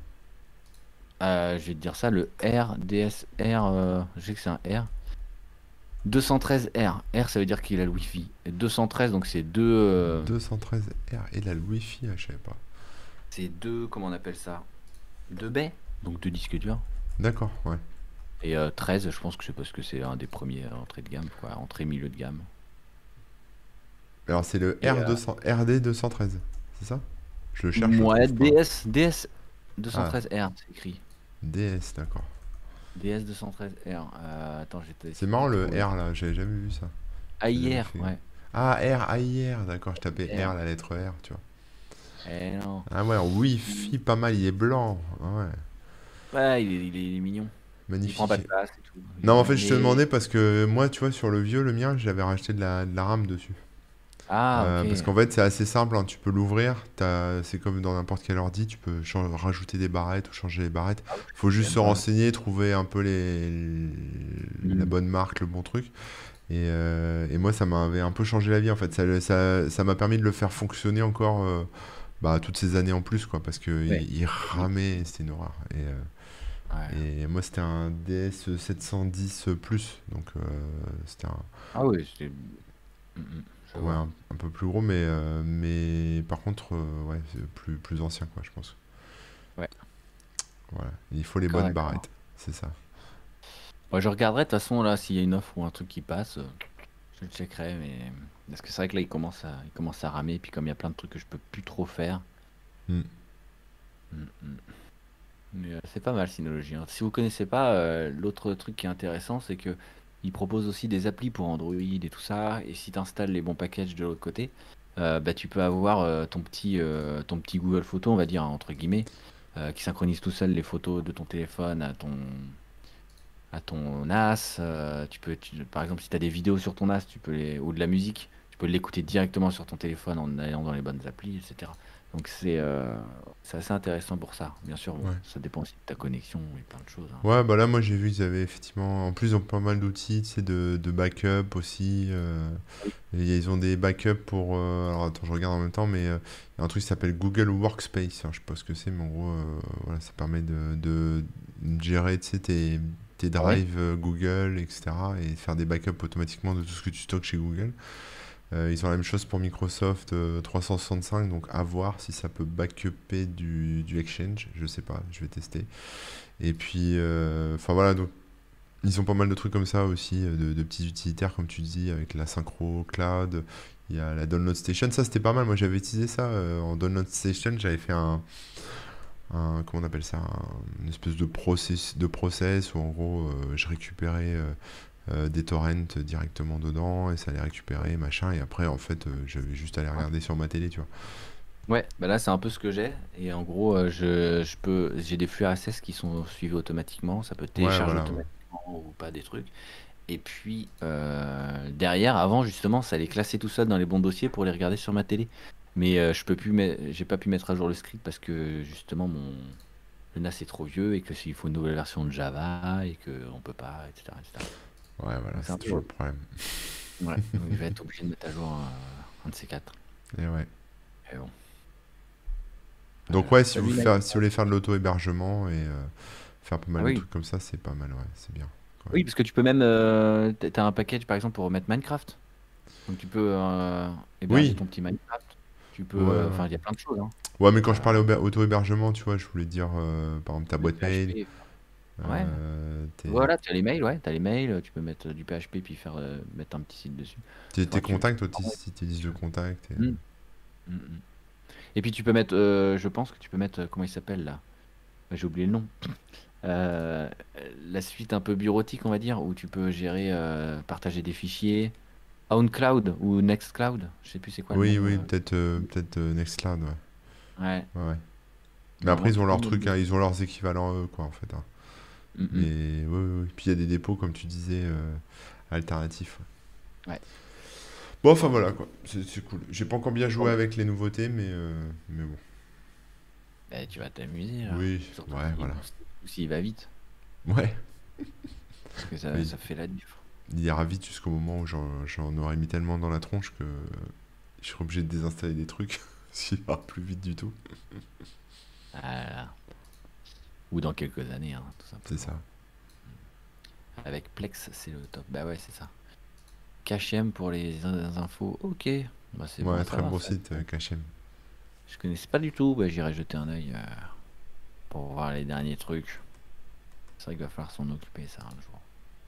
B: je vais te dire ça, le RDSR, je sais que c'est un R. 213R. R ça veut dire qu'il a le Wi-Fi. Et 213 donc c'est
A: 213R et la Wi-Fi, ah, je savais pas.
B: comment on appelle ça? 2 baies, donc 2 disques durs.
A: D'accord, ouais.
B: Et 13, je pense que c'est parce que c'est un des premiers entrées de gamme, quoi, entrée milieu de gamme.
A: Alors c'est le
B: Et
A: RD 213, c'est ça? Je le cherche, je le
B: ouais,
A: trouve pas.
B: DS
A: Ah,
B: 213R, c'est écrit.
A: DS, d'accord.
B: DS 213R. Attends, je vais
A: C'est
B: essayer de
A: marrant
B: te
A: le
B: trouver.
A: R là, j'avais jamais vu ça. J'ai jamais
B: AIR,
A: fait.
B: ouais.
A: Ah, R, AIR, d'accord, je tapais
B: R.
A: R, la lettre R, tu vois.
B: Non.
A: Ah ouais, en Wi-Fi, pas mal, il est blanc. Ah ouais,
B: Ouais, il est mignon. Il prend pas
A: magnifique.
B: de place et tout.
A: Non, en fait, je te
B: Mais.
A: demandais parce que moi, tu vois, sur le vieux, le mien, j'avais racheté de la RAM dessus.
B: Ah, ok.
A: Parce qu'en fait, c'est assez simple, hein, tu peux l'ouvrir, c'est comme dans n'importe quel ordi, tu peux rajouter des barrettes ou changer les barrettes.
B: Ah oui,
A: Faut
B: c'est
A: juste
B: même
A: se
B: pas.
A: renseigner, trouver un peu la
B: Hmm.
A: bonne marque, le bon truc. Et moi, ça m'avait un peu changé la vie en fait. Ça m'a permis de le faire fonctionner encore bah, toutes ces années en plus, quoi, parce que
B: Ouais.
A: il ramait, c'était une horreur.
B: Ouais.
A: Et moi, c'était un DS 710 plus, donc c'était
B: Ah oui, c'est. Je
A: ouais,
B: vois.
A: un peu plus gros, mais par contre, ouais, c'est plus ancien, quoi, je pense.
B: Ouais.
A: Voilà, il faut les
B: D'accord,
A: bonnes
B: d'accord.
A: barrettes, c'est ça.
B: Ouais, je regarderai de toute façon là s'il y a une offre ou un truc qui passe. Je le checkerai, mais. Parce que c'est vrai que là, il commence à ramer. Puis comme il y a plein de trucs que je peux plus trop faire.
A: Hmm.
B: Hmm. Mais c'est pas mal Synology, hein. Si vous connaissez pas, l'autre truc qui est intéressant, c'est que il propose aussi des applis pour Android et tout ça. Et si tu installes les bons packages de l'autre côté, bah, tu peux avoir ton petit Google Photo, on va dire, hein, entre guillemets, qui synchronise tout seul les photos de ton téléphone à ton NAS. Par exemple, si tu as des vidéos sur ton NAS, ou de la musique, tu peux l'écouter directement sur ton téléphone en allant dans les bonnes applis, etc. Donc c'est assez intéressant pour ça. Bien sûr, bon,
A: Ouais.
B: ça dépend aussi de ta connexion et plein de choses, hein.
A: Ouais, bah là, moi, j'ai vu qu'ils avaient effectivement, en plus, ils ont pas mal d'outils, tu sais, de backup aussi.
B: Oui.
A: Et ils ont des backups pour. Alors, attends, je regarde en même temps, mais il y a un truc qui s'appelle Google Workspace. Alors, je sais pas ce que c'est, mais en gros, voilà, ça permet de gérer, tu sais, tes
B: Ah ouais?
A: drives Google, etc. et faire des backups automatiquement de tout ce que tu stockes chez Google. Ils ont la même chose pour Microsoft 365, donc à voir si ça peut backuper du Exchange, je sais pas, je vais tester. Et puis, enfin voilà, donc ils ont pas mal de trucs comme ça aussi, de petits utilitaires, comme tu dis, avec la synchro cloud. Il y a la Download Station, ça c'était pas mal. Moi j'avais utilisé ça en Download Station, j'avais fait comment on appelle ça, une espèce de process où en gros je récupérais des torrents directement dedans et ça les récupérait, machin. Et après, en fait, j'avais juste à les regarder sur ma télé, tu vois.
B: Ouais, bah là c'est un peu ce que j'ai. Et en gros, j'ai des flux RSS qui sont suivis automatiquement. Ça peut
A: Ouais,
B: télécharger
A: voilà, ouais.
B: automatiquement ou pas des trucs. Et puis derrière, avant justement, ça allait classer tout ça dans les bons dossiers pour les regarder sur ma télé. Mais je peux plus, j'ai pas pu mettre à jour le script parce que justement le NAS est trop vieux et que s'il faut une nouvelle version de Java et que on peut pas, etc., etc.
A: Ouais, voilà,
B: Donc c'est un
A: c'est
B: peu
A: toujours le
B: relou.
A: problème.
B: Ouais, donc je vais être obligé de mettre à jour un de ces quatre.
A: Et ouais.
B: Mais bon,
A: Donc ouais, si
B: salut Naïm.
A: si vous voulez faire de l'auto-hébergement et faire pas
B: Ah
A: mal de
B: oui.
A: trucs comme ça, c'est pas mal, ouais, c'est bien, quand même.
B: Oui, parce que tu peux même, t'as un package par exemple pour remettre Minecraft. Donc tu peux héberger
A: Oui,
B: ton petit Minecraft. Tu
A: ouais,
B: peux,
A: ouais.
B: enfin il y a plein de choses, hein.
A: Ouais, mais quand je
B: Euh,
A: parlais auto-hébergement, tu vois, je voulais dire, par exemple, ta
B: le
A: boîte mail,
B: PHP. Ouais.
A: tes,
B: Voilà, tu as les mails, ouais, t'as les mails, tu peux mettre du PHP puis faire mettre un petit site dessus.
A: tes
B: Enfin,
A: contacts,
B: ouais.
A: si tes listes de contacts.
B: Mm, mm, mm. Et puis tu peux mettre, je pense que tu peux mettre, comment il s'appelle là? J'ai oublié le nom. Euh, la suite un peu bureautique, on va dire, où tu peux gérer, partager des fichiers. OwnCloud ou Nextcloud, je sais plus c'est quoi le
A: Oui,
B: nom.
A: oui, peut-être Nextcloud, ouais.
B: Ouais,
A: Ouais, ouais. Mais après,
B: normalement
A: ils
B: tu
A: ont
B: peux
A: leurs
B: mettre
A: trucs, hein,
B: dessus.
A: ils ont leurs équivalents, eux, quoi, en fait, hein.
B: Mm, mm.
A: Mais oui, oui, oui. Puis il y a des dépôts, comme tu disais, alternatifs, ouais.
B: Ouais.
A: Bon, enfin voilà, quoi. C'est cool. J'ai pas encore bien joué
B: Bon,
A: avec les nouveautés, mais bon.
B: bah, tu vas t'amuser là.
A: Oui,
B: Surtout
A: ouais,
B: si,
A: voilà.
B: s'il va vite,
A: Ouais.
B: parce que
A: Mais
B: ça fait la diff.
A: il ira vite jusqu'au moment où j'en aurai mis tellement dans la tronche que je serai obligé de désinstaller des trucs. S'il va plus vite du tout.
B: Ah là là. Ou dans quelques années, hein, tout
A: C'est
B: simplement.
A: ça.
B: Avec Plex, c'est le top. Bah ouais, c'est ça. KHM pour les infos. Ok. Bah c'est bon
A: Ouais,
B: à
A: très
B: savoir
A: bon
B: ça.
A: site, Kachem.
B: Je connaissais pas du tout. Bah j'irai jeter un œil pour voir les derniers trucs. C'est vrai qu'il va falloir s'en occuper ça un jour.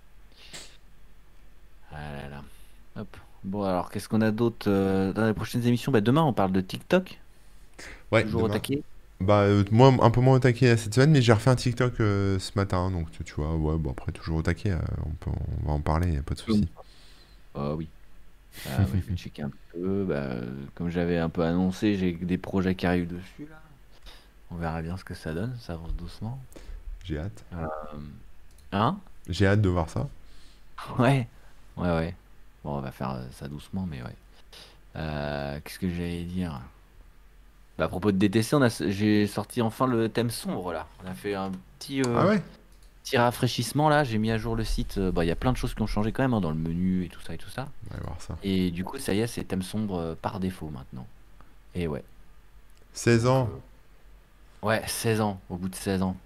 B: Ah là là. Hop. Bon alors qu'est-ce qu'on a d'autre dans les prochaines émissions? Bah demain on parle de TikTok.
A: Ouais,
B: Toujours au
A: demain.
B: taquet.
A: Bah, moi, un peu moins au taquet cette semaine, mais j'ai refait un TikTok ce matin, donc tu vois, ouais, bon, après, toujours au taquet, on va en parler, y a pas de souci.
B: Ah oui. Ah ouais, je vais checker un peu. Bah, comme j'avais un peu annoncé, j'ai des projets qui arrivent dessus là. On verra bien ce que ça donne. Ça avance doucement.
A: J'ai hâte.
B: Euh, Hein?
A: J'ai hâte de voir ça.
B: Ouais. Ouais, ouais. Bon, on va faire ça doucement, mais ouais. Qu'est-ce que j'allais dire? Bah, à propos de DTC, j'ai sorti enfin le thème sombre là. On a fait un
A: Ah ouais?
B: petit rafraîchissement là. J'ai mis à jour le site. Bah, il y a plein de choses qui ont changé quand même hein, dans le menu et tout ça et tout ça.
A: On va voir ça.
B: Et du coup, ça y est, c'est thème sombre par défaut maintenant. Et ouais.
A: 16
B: Donc,
A: ans?
B: ouais, 16 ans, au bout de 16 ans.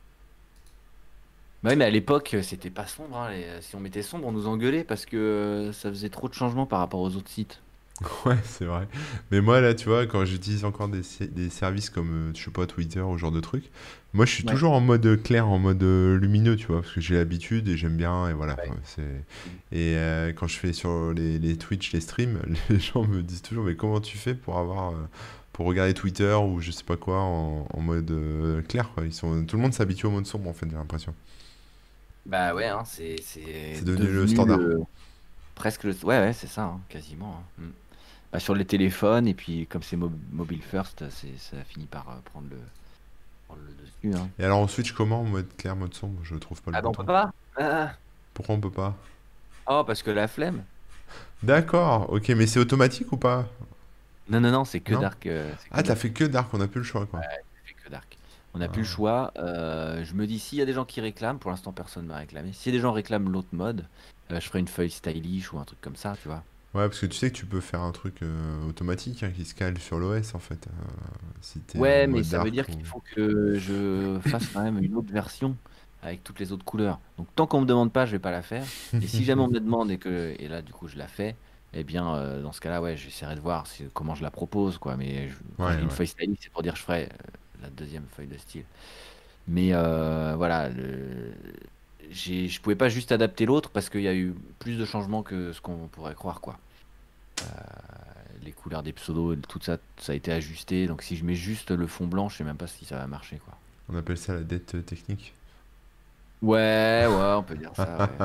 B: Bah oui, mais à l'époque, c'était pas sombre, hein, si on mettait sombre, on nous engueulait parce que ça faisait trop de changements par rapport aux autres sites.
A: Ouais, c'est vrai. Mais moi, là, tu vois, quand j'utilise encore des services comme, je sais pas, Twitter ou ce genre de trucs, moi, je suis
B: Ouais.
A: toujours en mode clair, en mode lumineux, tu vois, parce que j'ai l'habitude et j'aime bien, et voilà.
B: Ouais.
A: Et quand je fais sur les Twitch, les streams, les gens me disent toujours, mais comment tu fais pour pour regarder Twitter ou je sais pas quoi en mode clair, quoi. Tout le monde s'habitue au mode sombre, en fait, j'ai l'impression.
B: Bah ouais, hein, c'est
A: C'est devenu le
B: devenu
A: standard.
B: presque le... Ouais, ouais, c'est ça, hein, quasiment, hein. Bah, sur les téléphones, et puis comme c'est mobile first, ça finit par prendre le dessus, hein.
A: Et alors, on switch comment, en mode clair, mode sombre? Je trouve pas le
B: Ah bah on peut
A: bouton.
B: pas? Ah.
A: Pourquoi on peut pas?
B: Oh, parce que la flemme.
A: D'accord, ok, mais c'est automatique ou pas?
B: Non, non, non, c'est que
A: Non?
B: dark. C'est que
A: Ah, t'as
B: dark.
A: fait que Dark, on a plus le choix, quoi.
B: C'est que dark. On n'a plus le
A: Ah.
B: choix. Je me dis, s'il y a des gens qui réclament, pour l'instant personne ne m'a réclamé. Si des gens réclament l'autre mode, je ferai une feuille stylish ou un truc comme ça, tu vois.
A: Ouais, parce que tu sais que tu peux faire un truc automatique hein, qui se cale sur l'OS, en fait, si t'es en
B: Ouais, mais
A: mode
B: ça veut
A: Dark
B: dire
A: ou...
B: qu'il faut que je fasse quand même une autre version avec toutes les autres couleurs. Donc tant qu'on me demande pas, je vais pas la faire. Et si jamais on me demande et là du coup je la fais, eh bien dans ce cas-là, ouais, j'essaierai de voir comment je la propose, quoi. Mais quand je
A: Ouais,
B: dis une
A: ouais.
B: feuille styling, c'est pour dire que je ferai la deuxième feuille de style. Mais voilà, je pouvais pas juste adapter l'autre parce qu'il y a eu plus de changements que ce qu'on pourrait croire, quoi. Les couleurs des pseudos, tout ça, ça a été ajusté. Donc si je mets juste le fond blanc, je sais même pas si ça va marcher, quoi.
A: On appelle ça la dette technique.
B: Ouais, ouais, on peut dire ça, ouais.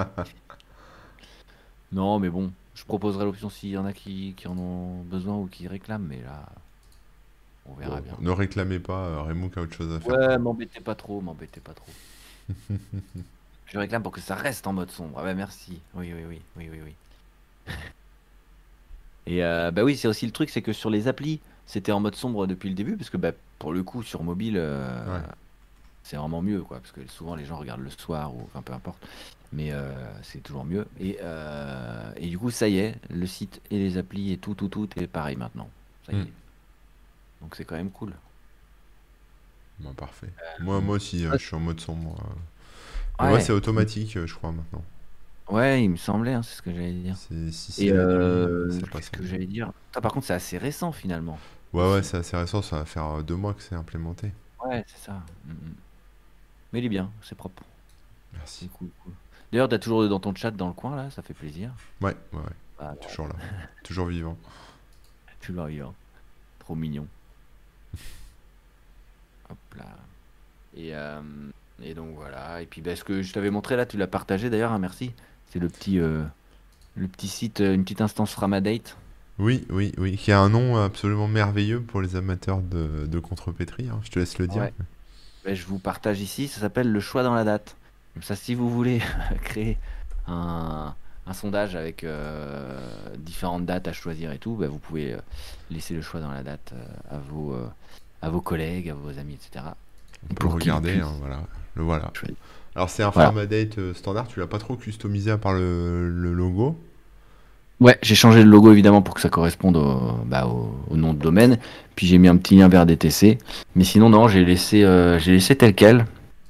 B: Non, mais bon, je proposerai l'option s'il y en a qui en ont besoin ou qui réclament, mais là, on verra
A: Bon,
B: bien.
A: ne réclamez pas, Remouk a autre chose à faire.
B: Ouais, m'embêtez pas trop, m'embêtez pas trop. Je réclame pour que ça reste en mode sombre. Ah bah merci. Oui, oui, oui, oui, oui, oui. Et bah oui, c'est aussi le truc, c'est que sur les applis, c'était en mode sombre depuis le début, parce que bah, pour le coup, sur mobile,
A: Ouais.
B: c'est vraiment mieux, quoi, parce que souvent les gens regardent le soir, ou enfin peu importe, mais c'est toujours mieux. Et du coup, ça y est, le site et les applis et tout est pareil maintenant. Ça y
A: Hmm.
B: est. Donc c'est quand même cool.
A: Bon, parfait. Moi aussi,
B: Ouais,
A: je suis en mode sombre. Mais moi, c'est
B: ouais,
A: automatique, je crois, maintenant.
B: ouais, il me semblait, hein, c'est ce que j'allais dire.
A: Si
B: Et
A: c'est la nuit, ça
B: qu'est-ce
A: passe en
B: que
A: nuit.
B: j'allais dire? Ça, par contre, c'est assez récent finalement
A: Ouais, ouais,
B: aussi.
A: c'est assez récent, ça va faire 2 mois que c'est implémenté.
B: Ouais, c'est ça. Mais il est bien, c'est propre.
A: Merci.
B: C'est cool, cool. D'ailleurs, t'as toujours dans ton chat dans le coin là, ça fait plaisir.
A: Ouais, ouais, ouais.
B: Ah,
A: Toujours là. Toujours vivant.
B: tu l'as eu, hein. Trop mignon. Hop là. Et, euh, et donc voilà. Et puis bah, ce que je t'avais montré là, tu l'as partagé d'ailleurs, hein, merci. C'est le petit site, une petite instance Framadate.
A: Oui, oui, oui. Qui a un nom absolument merveilleux pour les amateurs de contrepétrie, hein. Je te laisse le dire.
B: Ouais. Bah, je vous partage ici, ça s'appelle le choix dans la date. Comme ça, si vous voulez créer un, un sondage avec différentes dates à choisir et tout, bah, vous pouvez laisser le choix dans la date à vos collègues, à vos amis, etc.
A: On peut le
B: Pour qu'ils
A: regarder, hein,
B: puissent
A: voilà. Le voilà.
B: choisir.
A: Alors, c'est un
B: Voilà.
A: format date standard, tu l'as pas trop customisé à part le logo.
B: Ouais, j'ai changé le logo évidemment pour que ça corresponde au nom de domaine. Puis j'ai mis un petit lien vers DTC. Mais sinon, non, j'ai laissé tel quel.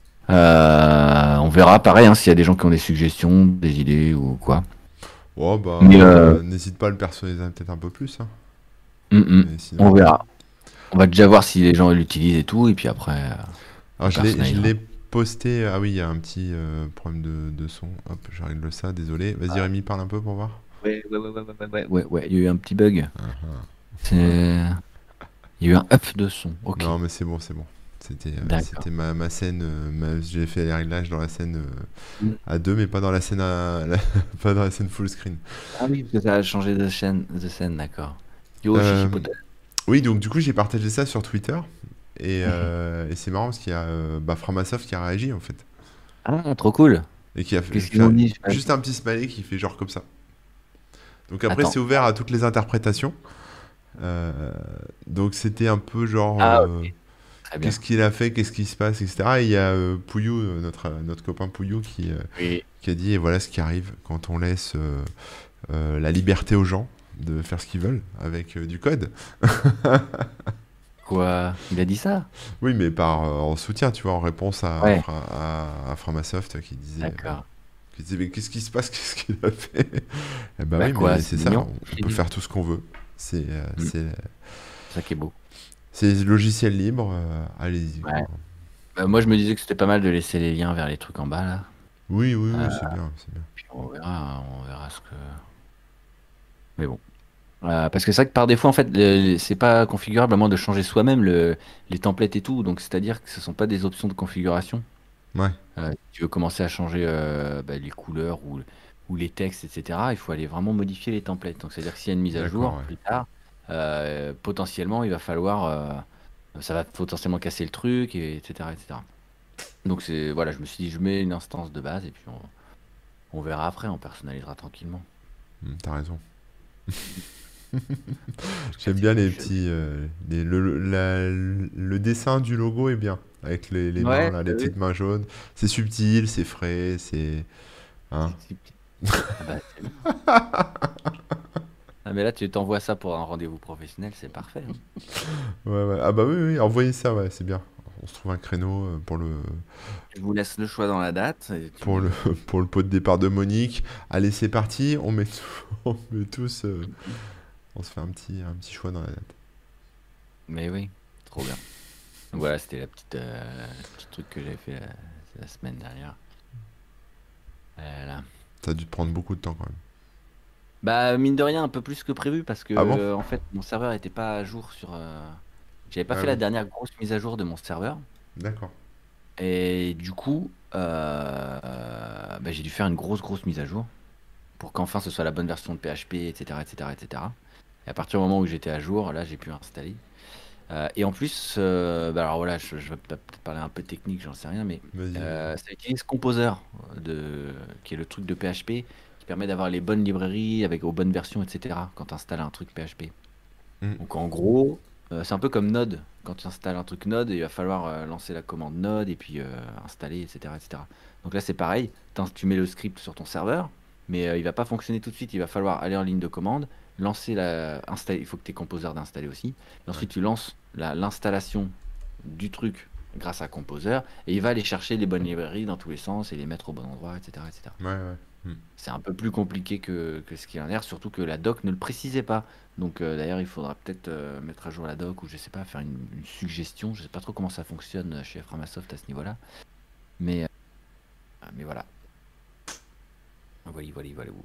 B: On verra, pareil, hein, s'il y a des gens qui ont des suggestions, des idées ou quoi.
A: Oh,
B: Mais
A: n'hésite pas à le personnaliser peut-être un peu plus, hein.
B: hum, hum,
A: Mais
B: on
A: sinon.
B: verra. On va déjà voir si les gens l'utilisent et tout. Et puis après,
A: Alors,
B: on
A: je
B: personnalisera.
A: l'ai posté. Ah oui, il y a un petit problème de son. Hop, j'arrive ça, désolé. Vas-y, Rémi, parle un peu pour voir.
B: Ouais, ouais, ouais, ouais, ouais, ouais, ouais, ouais, il y a eu un petit bug.
A: Ah, ah. Ouais.
B: C'est... Il y a eu un up de son. Ok,
A: Non, mais c'est bon, c'est bon. C'était
B: d'accord.
A: ma scène. J'ai fait les réglages dans la scène
B: Mm.
A: à deux, mais pas dans la scène pas dans la scène full screen.
B: Ah oui, parce que ça a changé de scène, d'accord. Yo,
A: Euh,
B: chichipote.
A: oui, donc du coup, j'ai partagé ça sur Twitter. Et c'est marrant parce qu'il y a Framasoft qui a réagi en fait.
B: Ah, trop cool.
A: Et qui a
B: Qu'est-ce qu'ils ont
A: fait
B: dit?
A: juste un petit smiley qui fait genre comme ça. Donc après, c'est
B: Attends.
A: ouvert à toutes les interprétations. Euh, donc c'était un peu genre
B: Ah, ok, très
A: qu'est-ce
B: bien.
A: qu'il a fait, qu'est-ce qui se passe, etc. Et il y a Pouillou, notre copain Pouillou,
B: Oui.
A: qui a dit et voilà ce qui arrive quand on laisse la liberté aux gens de faire ce qu'ils veulent avec du code.
B: Quoi? Il a dit ça?
A: Oui, mais en soutien, tu vois, en réponse
B: Ouais,
A: à Framasoft
B: d'accord.
A: qui disait mais qu'est-ce qui se passe, qu'est-ce qu'il a fait? Eh ben
B: Bah
A: oui,
B: quoi,
A: mais
B: c'est
A: c'est ça,
B: mignon.
A: on peut faire tout ce qu'on veut. C'est euh,
B: Mm,
A: c'est
B: c'est ça qui est beau.
A: c'est logiciel libre, allez-y
B: Ouais.
A: quoi.
B: Bah, moi, je me disais que c'était pas mal de laisser les liens vers les trucs en bas là.
A: Oui, oui,
B: Euh,
A: oui, c'est bien, c'est bien.
B: Puis on verra ce que. Mais bon. Parce que c'est vrai que par défaut, en fait, c'est pas configurable à moins de changer soi-même les templates et tout. Donc, c'est-à-dire que ce sont pas des options de configuration.
A: Ouais,
B: Si tu veux commencer à changer les couleurs ou les textes, etc., il faut aller vraiment modifier les templates. Donc, c'est-à-dire que s'il y a une mise à
A: d'accord,
B: jour
A: ouais.
B: plus tard, potentiellement, il va falloir, ça va potentiellement casser le truc, etc., etc. Donc, voilà, je me suis dit, je mets une instance de base et puis on verra après, on personnalisera tranquillement.
A: T'as raison.
B: En tout cas,
A: J'aime
B: c'est
A: bien
B: cool.
A: les petits. Le dessin du logo est bien. Avec les mains,
B: Ouais,
A: là, les
B: t'as vu?
A: petites mains jaunes. C'est subtil, c'est frais, c'est. Hein?
B: C'est petit. Ah bah, c'est bien. Ah, mais là, tu t'envoies ça pour un rendez-vous professionnel, c'est parfait, hein.
A: Ouais, ouais. Ah bah oui, oui, envoyez ça, ouais, c'est bien. on se trouve un créneau
B: Je vous laisse le choix dans la date. Et
A: pour le, pour le pot de départ de Monique. Allez, c'est parti. On met tous, on se fait un petit choix dans la date.
B: Mais oui, trop bien. Donc voilà, c'était petit truc que j'avais fait la semaine dernière. Voilà.
A: Ça a dû te prendre beaucoup de temps quand même.
B: Bah, mine de rien, un peu plus que prévu parce que
A: Ah bon?
B: en fait, mon serveur était pas à jour sur. J'avais pas
A: Ah
B: fait la
A: oui,
B: dernière grosse mise à jour de mon serveur.
A: d'accord.
B: Et du coup, bah, j'ai dû faire une grosse mise à jour pour qu'enfin ce soit la bonne version de PHP, etc., etc., etc. Et à partir du moment où j'étais à jour, là, j'ai pu installer. Et en plus, bah alors voilà, je vais peut-être parler un peu technique, j'en sais rien, mais
A: Vas-y, vas-y.
B: ça utilise Composer, qui est le truc de PHP qui permet d'avoir les bonnes librairies avec aux bonnes versions, etc. quand tu installes un truc PHP.
A: Hmm.
B: Donc en gros, c'est un peu comme Node. Quand tu installes un truc Node, il va falloir lancer la commande Node et puis installer, etc., etc. Donc là, c'est pareil. Tu mets le script sur ton serveur, mais il va pas fonctionner tout de suite. Il va falloir aller en ligne de commande, installer. Il faut que tu aies Composer d'installer aussi. Et
A: Ouais.
B: ensuite, tu lances l'installation du truc grâce à Composer et il va aller chercher les bonnes librairies dans tous les sens et les mettre au bon endroit, etc., etc.
A: Ouais, ouais. Hmm.
B: C'est un peu plus compliqué que ce qu'il en a l'air, surtout que la doc ne le précisait pas. Donc d'ailleurs, il faudra peut-être mettre à jour la doc ou je sais pas, faire une suggestion. Je sais pas trop comment ça fonctionne chez Framasoft à ce niveau-là. Mais voilà. Voilà, voilà, voilà.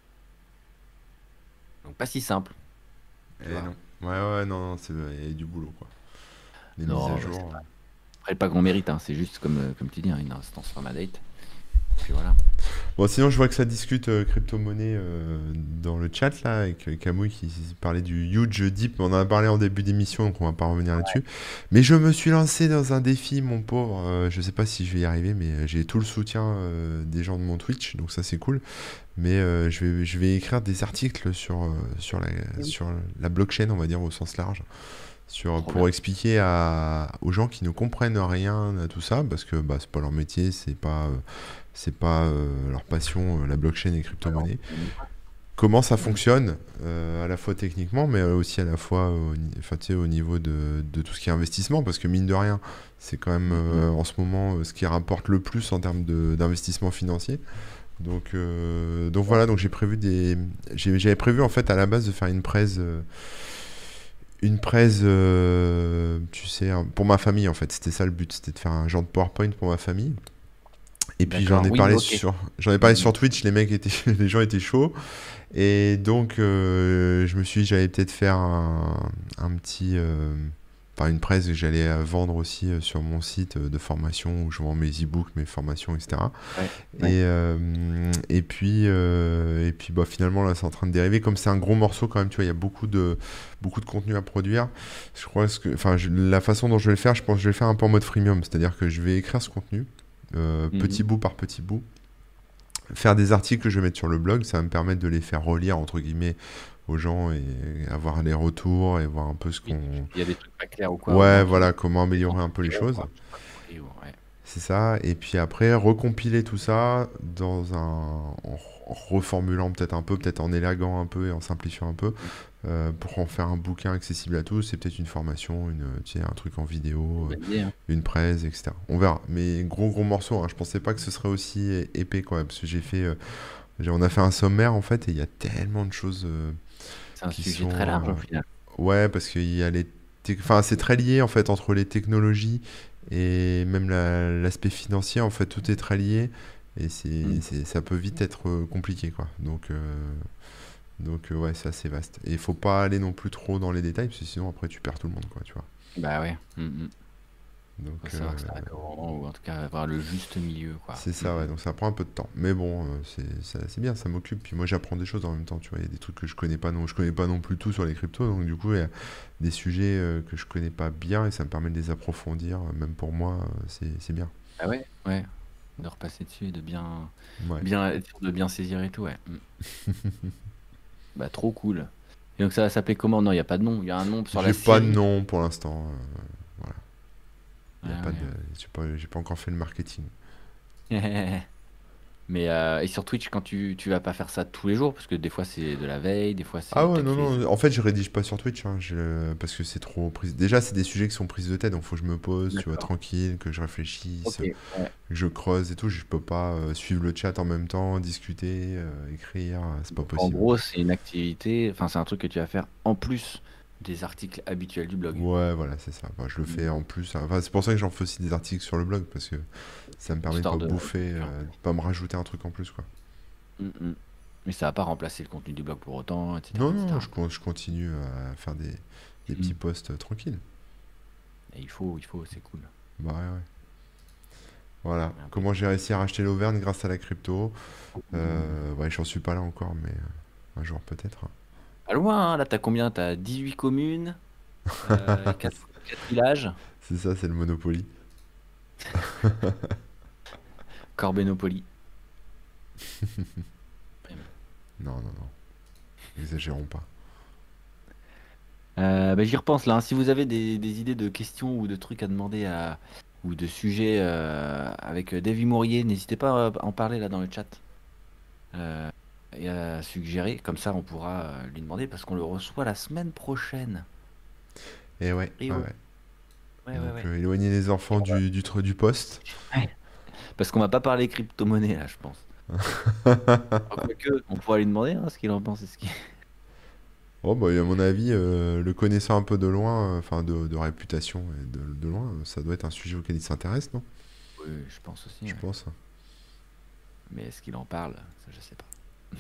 B: Donc pas si simple, tu
A: Eh
B: vois.
A: non. Ouais, ouais, non, non, il y a du boulot, quoi. Les mises à
B: Non, bah,
A: jour.
B: c'est après pas qu'on mérite, hein. C'est juste comme tu dis, hein, une instance Framadate. Puis voilà.
A: Bon, sinon, je vois que ça discute crypto-monnaie dans le chat, là, avec Camouille qui parlait du huge dip. On en a parlé en début d'émission, donc on va pas revenir là-dessus. Mais je me suis lancé dans un défi, mon pauvre. Je sais pas si je vais y arriver, mais j'ai tout le soutien des gens de mon Twitch, donc ça, c'est cool. Mais je vais écrire des articles sur la blockchain, on va dire, au sens large.
B: Trop
A: Pour
B: bien.
A: expliquer aux gens qui ne comprennent rien à tout ça, parce que bah, c'est pas leur métier, c'est pas leur passion, la blockchain et les
B: Alors,
A: crypto-monnaies. Comment ça
B: mm,
A: fonctionne, à la fois techniquement, mais aussi à la fois enfin, tu sais, au niveau de tout ce qui est investissement, parce que mine de rien, c'est quand même
B: mm.
A: en ce moment ce qui rapporte le plus en termes d'investissement financier. Donc voilà, donc j'avais prévu en fait à la base de faire une presse, tu sais, pour ma famille en fait. C'était ça le but, c'était de faire un genre de PowerPoint pour ma famille. Et puis j'en
B: D'accord,
A: ai
B: oui,
A: parlé
B: ok.
A: sur, j'en ai
B: Mm,
A: parlé
B: mm.
A: sur Twitch, les gens étaient chauds. Et donc je me suis dit j'allais peut-être faire un petit, enfin une presse que j'allais vendre aussi sur mon site de formation où je vends mes e-books, mes formations, etc.
B: Ouais, ouais.
A: Et puis bah, finalement là c'est en train de dériver. Comme c'est un gros morceau quand même, tu vois, il y a beaucoup de contenu à produire. Je crois enfin, la façon dont je vais le faire, je pense que je vais le faire un peu en mode freemium, c'est-à-dire que je vais écrire ce contenu petit
B: Mhm.
A: bout par petit bout, faire des articles que je vais mettre sur le blog, ça va me permettre de les faire relire entre guillemets aux gens et avoir les retours et voir un peu ce
B: Oui,
A: qu'on...
B: il y a des trucs pas clairs ou quoi, au
A: Ouais,
B: moins
A: voilà, comment améliorer un peu les
B: tu
A: choses.
B: quoi, j'ai pas compris, ouais.
A: C'est ça, et puis après recompiler tout ça en reformulant peut-être un peu, peut-être en élaguant un peu et en simplifiant un peu,
B: Mm.
A: pour en faire un bouquin accessible à tous, c'est peut-être une formation, tu sais, un truc en
B: C'est une
A: vidéo,
B: bonne idée, hein.
A: une presse, etc. On verra, mais gros morceau, hein. Je pensais pas que ce serait aussi épais quand même, parce que on a fait un sommaire en fait, et il y a tellement de choses
B: C'est un
A: qui
B: sujet très
A: sont...
B: large au final.
A: Ouais, parce qu'il y a enfin, c'est très lié en fait entre les technologies et même l'aspect financier. En fait, tout est très lié et
B: Mm.
A: ça peut vite être compliqué, quoi. Donc ouais, c'est assez vaste. Et il faut pas aller non plus trop dans les détails parce que sinon après tu perds tout le monde, quoi, tu vois.
B: Bah ouais. Mm, mm.
A: Donc
B: Faut savoir s'arrêter au moment ou en tout cas avoir le juste milieu, quoi.
A: c'est
B: Mm,
A: ça, ouais.
B: mm.
A: Donc ça prend un peu de temps. Mais bon, c'est bien, ça m'occupe. Puis moi j'apprends des choses en même temps, tu vois. Il y a des trucs que je connais pas non plus tout sur les cryptos. Donc du coup, il y a des sujets que je connais pas bien et ça me permet de les approfondir. Même pour moi, c'est bien.
B: Ah ouais, ouais. De repasser dessus et de
A: Ouais.
B: bien être sûr de bien saisir et tout, ouais. Mm. Bah trop cool. Et donc ça va s'appeler comment? Non, il n'y a pas de nom. Il y a un nom sur la
A: J'ai pas de
B: série.
A: nom pour l'instant. Voilà. Il y a
B: Ah
A: pas de, j'ai pas encore fait le marketing.
B: ouais. Mais et sur Twitch, quand tu vas pas faire ça tous les jours, parce que des fois c'est de la veille, des fois
A: Ah
B: c'est
A: ouais,
B: peut-être
A: non,
B: fait.
A: non. En fait, je rédige pas sur Twitch, hein, parce que c'est trop prise. Déjà, c'est des sujets qui sont prises de tête, donc faut que je me pose, tu vois,
B: D'accord.
A: tranquille, que je réfléchisse,
B: Ok. Ouais.
A: que je creuse et tout. Je peux pas suivre le chat en même temps, discuter, écrire, c'est pas
B: Donc, en
A: possible.
B: gros, c'est une activité, enfin c'est un truc que tu vas faire en plus des articles habituels du blog.
A: Ouais, voilà, c'est ça. Bah, je le fais en
B: Mm.
A: plus, hein. Enfin, c'est pour ça que j'en fais aussi des articles sur le blog, parce que ça me permet de
B: Histoire
A: pas
B: de
A: bouffer,
B: concurrence.
A: de pas me rajouter un truc en plus, quoi.
B: Mm, mm. Mais ça va pas remplacer le contenu du blog pour autant, etc.,
A: Non, non,
B: etc.
A: je continue à faire des petits
B: Mm.
A: posts tranquilles.
B: Et il faut, c'est cool.
A: Bah ouais, ouais. Voilà. Comment
B: Impeccable.
A: j'ai réussi à racheter l'Auvergne grâce à la crypto.
B: Mm.
A: Ouais, j'en suis pas là encore, mais un jour peut-être, hein.
B: Pas loin, hein. Là t'as combien? T'as 18 communes et 4 villages.
A: C'est ça, c'est le Monopoly.
B: Corbénopoly.
A: Non, non, non. Exagérons pas.
B: Bah, j'y repense là, hein. Si vous avez des idées de questions ou de trucs à demander ou de sujets avec Davy Mourier, n'hésitez pas à en parler là dans le chat euh, et à suggérer. Comme ça, on pourra lui demander parce qu'on le reçoit la semaine prochaine.
A: Et ouais,
B: Et
A: ouais,
B: ouais,
A: ouais.
B: ouais, ouais,
A: Donc,
B: ouais.
A: éloigner les enfants du poste.
B: Ouais. Parce qu'on va pas parler crypto-monnaie là, je pense. Quoique, on pourra lui demander hein, ce qu'il en pense.
A: Oh, bah, à mon avis, le connaissant un peu de loin, enfin de réputation et de loin, ça doit être un sujet auquel il s'intéresse, non?
B: Oui, je pense aussi,
A: Je
B: ouais.
A: pense.
B: Mais est-ce qu'il en parle? Ça, je sais pas.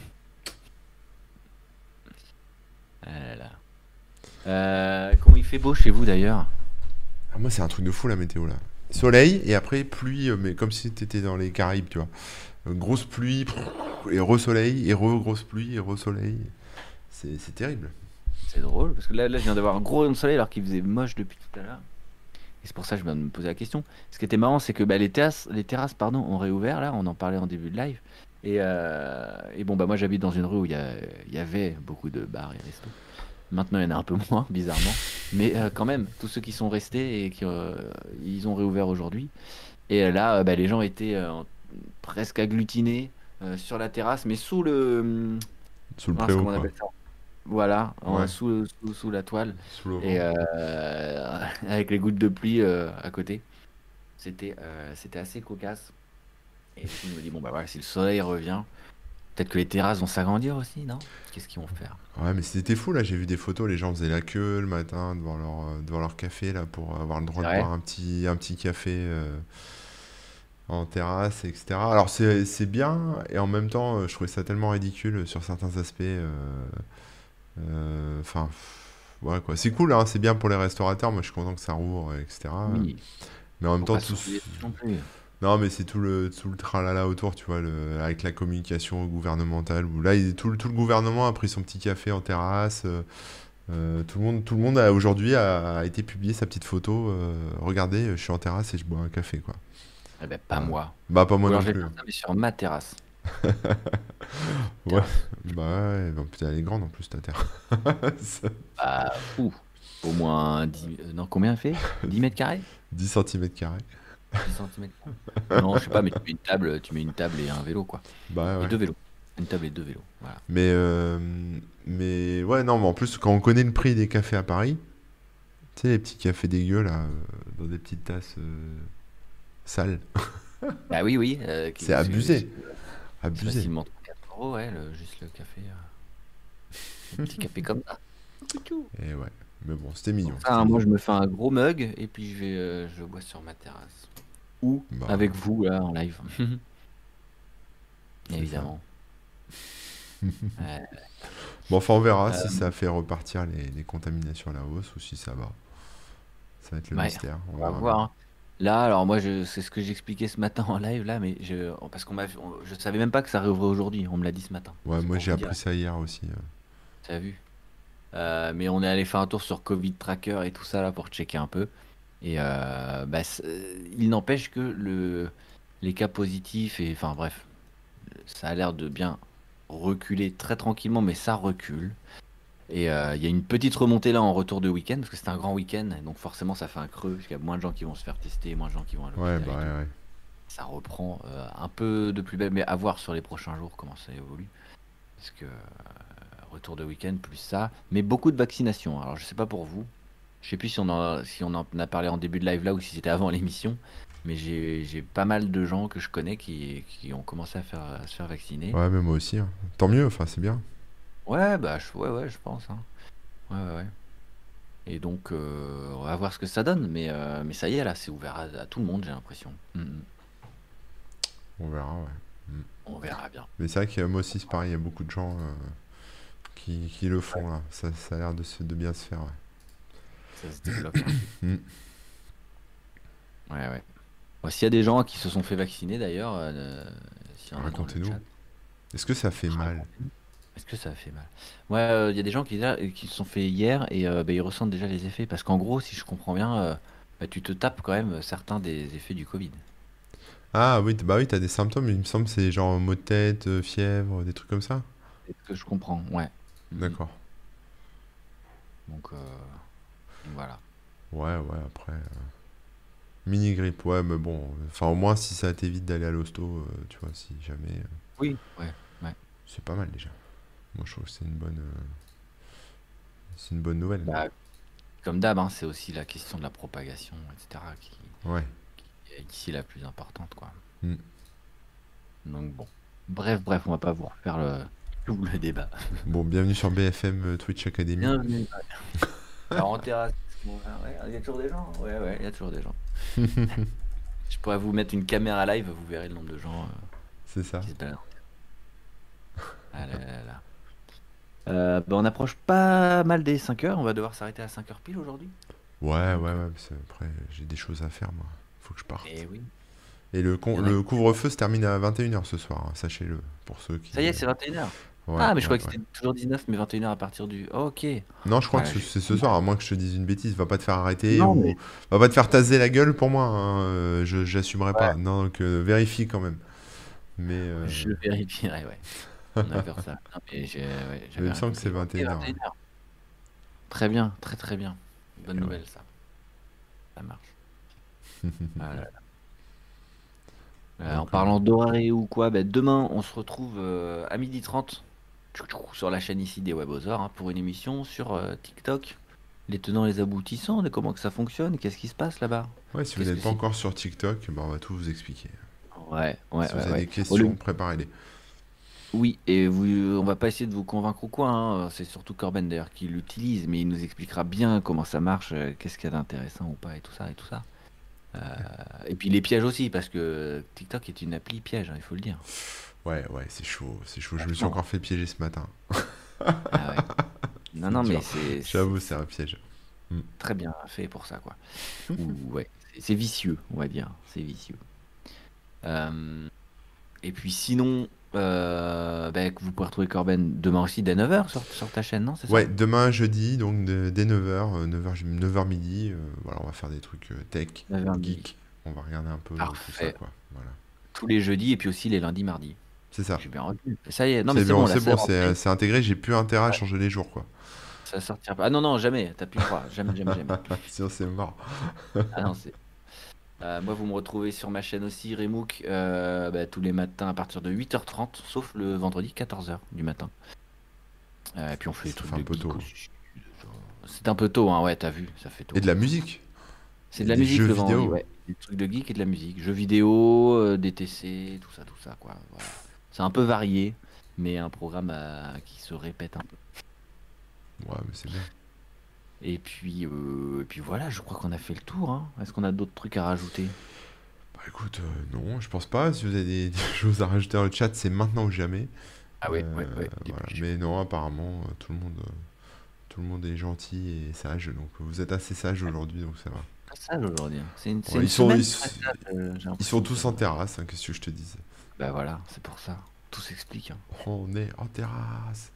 B: Ah là là. Comment il fait beau chez vous d'ailleurs?
A: Ah, moi, c'est un truc de fou la météo là. Soleil et après pluie, mais comme si t'étais dans les Caraïbes, tu vois. Grosse pluie, et re-soleil, et re-grosse pluie, et re-soleil. C'est terrible.
B: C'est drôle parce que là, je viens d'avoir un gros soleil alors qu'il faisait moche depuis tout à l'heure. Et c'est pour ça que je viens de me poser la question. Ce qui était marrant, c'est que bah, les terrasses pardon, ont réouvert là. On en parlait en début de live. Et bon, bah moi j'habite dans une rue où il y avait beaucoup de bars et restos. Maintenant, il y en a un peu moins, bizarrement. Mais quand même, tous ceux qui sont restés et qui ils ont réouvert aujourd'hui. Et là, bah, les gens étaient presque agglutinés sur la terrasse, mais sous le.
A: Sous le
B: Mince,
A: préau,
B: comment on
A: quoi.
B: appelle ça? Voilà,
A: Ouais,
B: sous la toile.
A: sous le
B: Et
A: vent.
B: avec les gouttes de pluie à côté. C'était assez cocasse. Et du coup, je me dis, bon, bah voilà, si le soleil revient, peut-être que les terrasses vont s'agrandir aussi, non? Qu'est-ce qu'ils vont faire?
A: Ouais, mais c'était fou là, j'ai vu des photos, les gens faisaient la queue le matin devant leur café là pour avoir le droit
B: C'est
A: de
B: vrai?
A: boire un petit café en terrasse, etc. Alors c'est bien, et en même temps, je trouvais ça tellement ridicule sur certains aspects. Enfin, ouais quoi. C'est cool, hein, c'est bien pour les restaurateurs, moi je suis content que ça rouvre, etc.
B: Oui,
A: Mais en même
B: faut
A: temps,
B: pas s'oublier non plus.
A: Non, mais c'est tout le tralala autour, tu vois, avec la communication gouvernementale, où là, tout le gouvernement a pris son petit café en terrasse. Tout le monde aujourd'hui a été publié sa petite photo. Regardez, je suis en terrasse et je bois un café, quoi.
B: Eh ben, pas
A: Voilà.
B: moi.
A: Bah, pas moi
B: Ou alors
A: non
B: je vais
A: plus,
B: faire
A: hein.
B: ça, mais sur ma terrasse.
A: Ouais,
B: Terrasse.
A: bah ouais, bah, putain, elle est grande en plus, ta terrasse.
B: Bah, au moins 10. Non, combien elle fait? 10 mètres carrés?
A: 10 centimètres carrés.
B: 10 centimètres carrés? Non, je sais pas, mais tu mets une table et un vélo, quoi.
A: Bah
B: Et
A: ouais.
B: deux vélos. Une table et deux vélos. Voilà.
A: Mais, euh, mais ouais, non, mais en plus, quand on connaît le prix des cafés à Paris, tu sais, les petits cafés dégueux, là, dans des petites tasses sales,
B: Bah oui, oui.
A: c'est
B: C'est
A: abusé. Abusé.
B: facilement 4 euros, ouais, juste le café. Le petit café comme ça. Tchou.
A: Et ouais. Mais bon, c'était
B: Pour
A: mignon,
B: ça,
A: c'était
B: hein, moi,
A: mignon.
B: je me fais un gros mug et puis je le bois sur ma terrasse. Ou avec
A: Bah,
B: vous, là, en live.
A: c'est ça.
B: Évidemment. Euh,
A: Bon, enfin, on verra
B: euh,
A: si ça fait repartir les contaminations à la hausse ou si ça va. Ça va être le
B: ouais,
A: mystère. On
B: on va
A: verra bien.
B: voir, hein. Là, alors moi, c'est ce que j'expliquais ce matin en live, là, mais parce je savais même pas que ça réouvrait aujourd'hui. On me l'a dit ce matin.
A: Ouais,
B: C'est
A: moi
B: pour
A: j'ai
B: vous dire.
A: appris ça hier aussi.
B: Tu as vu? Mais on est allé faire un tour sur Covid Tracker et tout ça là pour checker un peu. Et bah, il n'empêche que les cas positifs et enfin bref, ça a l'air de bien reculer très tranquillement, mais ça recule. Et il y a une petite remontée là en retour de week-end parce que c'est un grand week-end, donc forcément ça fait un creux parce qu'il y a moins de gens qui vont se faire tester, moins de gens qui vont à
A: Ouais,
B: l'hôpital
A: bah
B: et tout.
A: ouais, ouais.
B: ça reprend un peu de plus belle, mais à voir sur les prochains jours comment ça évolue. Parce que retour de week-end plus ça, mais beaucoup de vaccinations. Alors je sais pas pour vous, je sais plus si on en a parlé en début de live là ou si c'était avant l'émission, mais j'ai pas mal de gens que je connais qui ont commencé à se faire vacciner.
A: Ouais, mais moi aussi, hein. Tant mieux, enfin, c'est bien.
B: Ouais, bah ouais, je pense, hein. Ouais, ouais, ouais. Et donc on va voir ce que ça donne, mais ça y est là, c'est ouvert à tout le monde, j'ai l'impression.
A: On verra, ouais. Mm.
B: On verra bien.
A: Mais c'est vrai que moi aussi, c'est pareil, il y a beaucoup de gens qui le font, là. Ça a l'air de bien se faire, ouais.
B: Ça se débloque un peu.
A: Mm.
B: Ouais, ouais. Bon, s'il y a des gens qui se sont fait vacciner d'ailleurs, s'il y en a dans le
A: Racontez-nous.
B: chat,
A: Est-ce que ça fait mal?
B: racontez-nous. Est-ce que ça fait mal? Ouais, il y a des gens qui se sont fait hier et bah, ils ressentent déjà les effets. Parce qu'en gros, si je comprends bien, bah, tu te tapes quand même certains des effets du Covid.
A: Ah oui, bah oui, t'as des symptômes, il me semble, c'est genre maux de tête, fièvre, des trucs comme ça.
B: C'est ce que je comprends, ouais. Mhm.
A: D'accord.
B: Donc voilà.
A: Ouais, ouais, après. Mini-grippe, ouais, mais bon. Enfin, au moins, si ça t'évite d'aller à l'hosto, tu vois, si jamais.
B: Oui, ouais, ouais.
A: C'est pas mal déjà. Moi, je trouve que c'est une bonne nouvelle.
B: Bah, comme d'hab, hein, c'est aussi la question de la propagation, etc.,
A: Ouais.
B: qui est ici la plus importante, quoi.
A: Mm.
B: Donc bon. Bref, on va pas vous refaire tout le débat.
A: Bon, bienvenue sur BFM Twitch Academy.
B: Bienvenue. Alors en terrasse, ouais, il y a toujours des gens. Ouais, ouais, il y a toujours des gens. Je pourrais vous mettre une caméra live, vous verrez le nombre de gens
A: C'est ça.
B: qui se baladent. Ah là là là. Bah, on approche pas mal des 5 heures. On va devoir s'arrêter à 5 heures pile aujourd'hui.
A: Ouais, ouais,
B: Donc,
A: ouais. Après, j'ai des choses à faire, moi. Faut que je parte.
B: eh oui.
A: Et
B: Il y en a
A: le
B: qui-
A: couvre-feu se termine à 21h ce soir, hein, sachez-le. Pour ceux qui.
B: Ça y est, c'est 21 heures.
A: Ouais,
B: Ah, mais je
A: ouais,
B: crois que
A: ouais.
B: c'était toujours 19, mais 21 heures à partir du. Oh, ok.
A: Non, je crois que
B: Ouais,
A: c'est ce soir, à moins que je te dise une bêtise. Va pas te faire arrêter
B: Non,
A: ou
B: mais.
A: va pas te faire taser la gueule pour moi, hein, j'assumerai
B: Ouais,
A: pas. Non, donc vérifie quand même. Mais
B: je vérifierai, ouais. On a peur ça. Non, mais ouais,
A: il
B: j'avais
A: me
B: rien
A: semble que c'est
B: compris. Ok,
A: 21h.
B: 21 heures. Très bien, très bien. Bonne
A: Et ouais.
B: nouvelle, ça. Ça marche. Ah là là. En
A: Donc,
B: parlant d'horaire ou quoi, bah, demain, on se retrouve à 12h30 sur la chaîne ici des Webosaures hein, pour une émission sur TikTok. Les tenants, les aboutissants, de comment que ça fonctionne, qu'est-ce qui se passe là-bas?
A: ouais, si vous
B: Qu'est-ce
A: n'êtes
B: que
A: pas
B: c'est?
A: encore sur TikTok, ben, on va tout vous expliquer.
B: Ouais, ouais,
A: Si vous
B: ouais,
A: avez
B: ouais.
A: des questions, préparez-les.
B: Oui, et on va pas essayer de vous convaincre ou quoi, hein. C'est surtout Corben d'ailleurs qui l'utilise, mais il nous expliquera bien comment ça marche, qu'est-ce qu'il y a d'intéressant ou pas, et tout ça, et tout ça. Euh, et puis les pièges aussi, parce que TikTok est une appli piège, hein, il faut le dire.
A: Ouais, ouais, c'est chaud, c'est chaud. Je me suis
B: Franchement.
A: encore fait piéger ce matin.
B: Ah ouais. Non,
A: C'est
B: non, mais
A: dur.
B: c'est
A: J'avoue, c'est un piège. Mm.
B: très bien fait pour ça, quoi. Ou ouais, c'est vicieux, on va dire. C'est vicieux. Euh, et puis sinon, bah, vous pouvez retrouver Corben demain aussi dès 9h sur ta chaîne, non? C'est
A: Ouais,
B: ça?
A: demain jeudi, donc dès 9h, 9h midi, voilà, on va faire des trucs tech,
B: 9h midi.
A: geek. On va regarder un peu tout ça,
B: Parfait.
A: quoi. Voilà.
B: Tous les jeudis et puis aussi les lundis, mardis.
A: C'est ça.
B: J'ai bien retenu. Ça y est, non mais c'est bon, là
A: C'est
B: c'est
A: bon,
B: rentré.
A: c'est intégré, j'ai plus intérêt à
B: Ouais,
A: changer les jours, quoi.
B: ça sortira pas. Ah non, non, jamais, t'as plus le droit. Jamais, jamais, jamais.
A: Sinon, c'est mort.
B: Ah non, c'est. Moi, vous me retrouvez sur ma chaîne aussi, Remook, bah, tous les matins à partir de 8h30, sauf le vendredi 14h du matin. Et puis on fait des
A: Ça
B: trucs
A: fait un
B: de
A: peu tôt,
B: geek
A: hein.
B: aussi. C'est un peu tôt, hein, ouais, t'as vu, ça fait
A: Et
B: tôt.
A: de la musique.
B: C'est
A: Et
B: de la
A: des
B: musique
A: jeux
B: le vendredi,
A: vidéo.
B: ouais. Des trucs de geek et de la musique. Jeux vidéo, DTC, tout ça, quoi. Voilà. C'est un peu varié, mais un programme qui se répète un peu.
A: Ouais, mais c'est bien.
B: Et puis voilà, je crois qu'on a fait le tour, hein. Est-ce qu'on a d'autres trucs à rajouter?
A: Bah écoute, non, je pense pas. Si vous avez des choses à rajouter dans le chat, c'est maintenant ou jamais.
B: Ah ouais, ouais, ouais.
A: Voilà. Mais non, apparemment, tout le monde est gentil et sage. Donc vous êtes assez sage aujourd'hui, donc ça va.
B: Très sage aujourd'hui, hein. C'est
A: Ouais,
B: une semaine très sage, j'ai
A: ils sont
B: l'impression
A: tous
B: cette
A: en
B: semaine.
A: terrasse, hein, qu'est-ce que je te dise.
B: Bah voilà, c'est pour ça. Tout s'explique, hein.
A: On est en terrasse.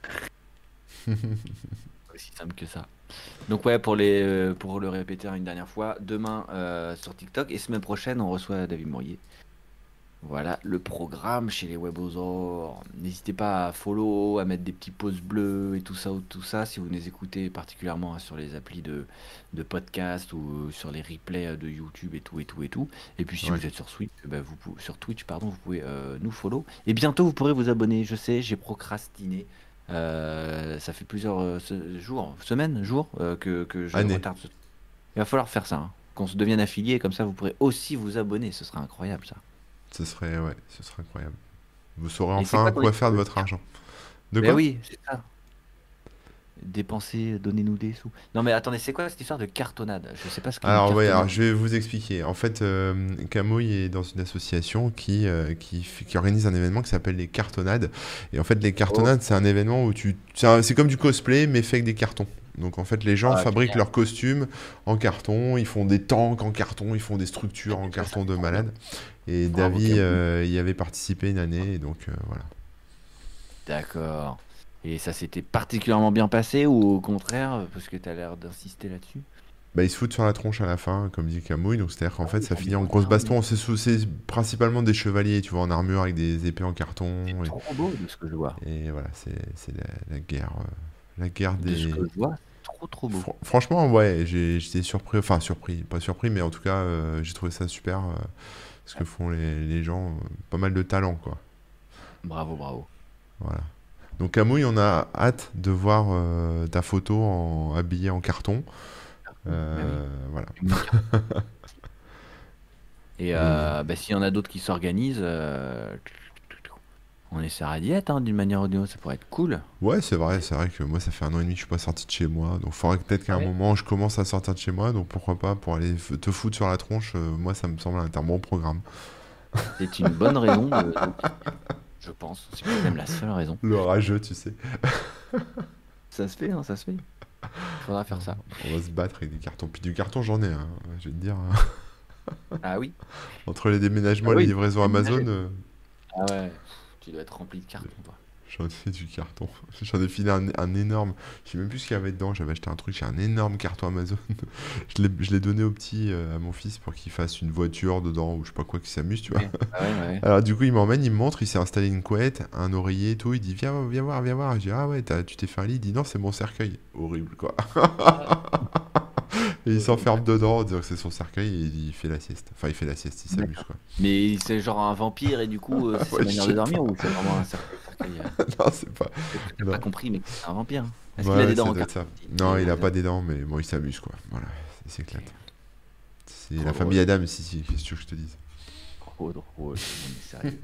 B: Aussi simple que ça. Donc ouais, pour le répéter une dernière fois, demain sur TikTok et semaine prochaine, on reçoit David Mourier. Voilà le programme chez les Webosaures. N'hésitez pas à follow, à mettre des petits pouces bleus et tout ça, si vous nous écoutez particulièrement sur les applis de podcast ou sur les replays de YouTube et tout et tout et tout. Et puis si
A: Ouais.
B: vous êtes sur Twitch, sur Twitch, pardon, vous pouvez nous follow. Et bientôt vous pourrez vous abonner. Je sais, j'ai procrastiné. Ça fait plusieurs jours que je
A: Année.
B: retarde ce truc. Il va falloir faire ça, hein. Qu'on se devienne affilié, comme ça vous pourrez aussi vous abonner. Ce sera incroyable ça.
A: Ce serait, ouais, ce serait incroyable. Vous saurez
B: Et c'est
A: enfin
B: quoi ton
A: quoi faire de
B: histoire de
A: votre
B: carte?
A: argent. De
B: Ben
A: quoi?
B: oui, c'est ça. Dépenser, donnez-nous des sous. Non mais attendez, c'est quoi cette histoire de cartonnade? Je sais pas ce qu'est une
A: Alors, ouais, alors
B: cartonnade.
A: je vais vous expliquer. En fait, Camouille est dans une association qui organise un événement qui s'appelle les cartonnades. Et en fait, les
B: Oh,
A: cartonnades, c'est un événement où c'est comme du cosplay, mais fait avec des cartons. Donc, en fait, les gens
B: ah,
A: fabriquent
B: génial.
A: leurs costumes en carton, ils font des tanks en carton, ils font des structures en
B: Ça
A: carton
B: fait
A: de
B: trop bien.
A: malade. Et
B: Bravo
A: Davy
B: Camouille.
A: y avait participé une année, et donc voilà.
B: D'accord. Et ça s'était particulièrement bien passé ou au contraire, parce que t'as l'air d'insister là-dessus?
A: Bah, ils se foutent sur la tronche à la fin, comme dit Camouille, donc c'est-à-dire qu'en
B: Ah
A: fait
B: oui, ils
A: ça
B: font des
A: finit en
B: coups de
A: grosse
B: hargne.
A: baston. C'est principalement des chevaliers, tu vois, en armure avec des épées en
B: C'est
A: carton.
B: trop beau de ce que je vois.
A: Et voilà, c'est la guerre. La guerre
B: De ce que
A: des.
B: je vois, c'est trop trop beau.
A: Franchement, ouais, j'étais surpris, enfin surpris, pas surpris, mais en tout cas, j'ai trouvé ça super ce que font les gens. Pas mal de talent, quoi.
B: Bravo, bravo.
A: Voilà. Donc, Camouille, on a hâte de voir ta photo habillée en carton.
B: Bah oui,
A: Voilà.
B: une carte. Et
A: Et
B: bah, s'il y en a d'autres qui s'organisent, on essaiera d'y être, hein, d'une manière ou d'une autre, ça pourrait être cool.
A: ouais, c'est vrai que moi, ça fait un an et demi que je suis pas sorti de chez moi. Donc, il faudrait peut-être qu'à un
B: Ouais.
A: moment, je commence à sortir de chez moi. Donc, pourquoi pas, pour aller te foutre sur la tronche, moi, ça me semble être un bon programme.
B: C'est une bonne raison de t'y tenir, je pense. C'est peut-être même la seule raison.
A: Le rageux, tu sais.
B: Ça se fait, hein, ça se fait. Faudra faire ça.
A: On va se battre avec des cartons. Puis du carton, j'en ai, hein, je vais te dire.
B: Ah oui?
A: Entre les
B: Ah
A: déménagements et les
B: oui,
A: livraisons
B: déménager.
A: Amazon,
B: Ah ouais, pff, tu dois être rempli de cartons, toi.
A: j'en ai du carton. J'en ai filé un énorme. Je sais même plus ce qu'il y avait dedans. J'avais acheté un truc, j'ai un énorme carton Amazon. Je l'ai donné au petit, à mon fils, pour qu'il fasse une voiture dedans ou je sais pas quoi, qui s'amuse, tu vois.
B: Ok. Ah ouais, ouais.
A: Alors, du coup, il m'emmène, il me montre, il s'est installé une couette, un oreiller et tout. Il dit, viens, viens voir, viens voir. Je dis, ah ouais, tu t'es fait un lit. Il dit, non, c'est mon cercueil. Horrible, quoi.
B: Ah,
A: Et il s'enferme
B: horrible.
A: dedans en disant que c'est son cercueil et il fait la sieste. Enfin, il fait la sieste, il s'amuse,
B: D'accord.
A: quoi.
B: Mais c'est genre un vampire et du coup, c'est sa
A: Ouais, je
B: manière de
A: sais pas.
B: dormir ou c'est vraiment un cercueil,
A: Non, c'est pas.
B: peut-être que t'as pas
A: Non.
B: compris, mais c'est un vampire, hein. Est-ce
A: Ouais,
B: qu'il a
A: ouais,
B: des
A: ça
B: dents en
A: doit être
B: carton
A: ça.
B: aussi?
A: Non, il a pas des dents, mais bon, il s'amuse, quoi. Voilà, il s'éclate.
B: Ok.
A: C'est
B: Trop
A: la famille
B: drôle.
A: Adam, si, qu'est-ce que tu veux que je te dise?
B: Trop drôle. Non mais sérieux.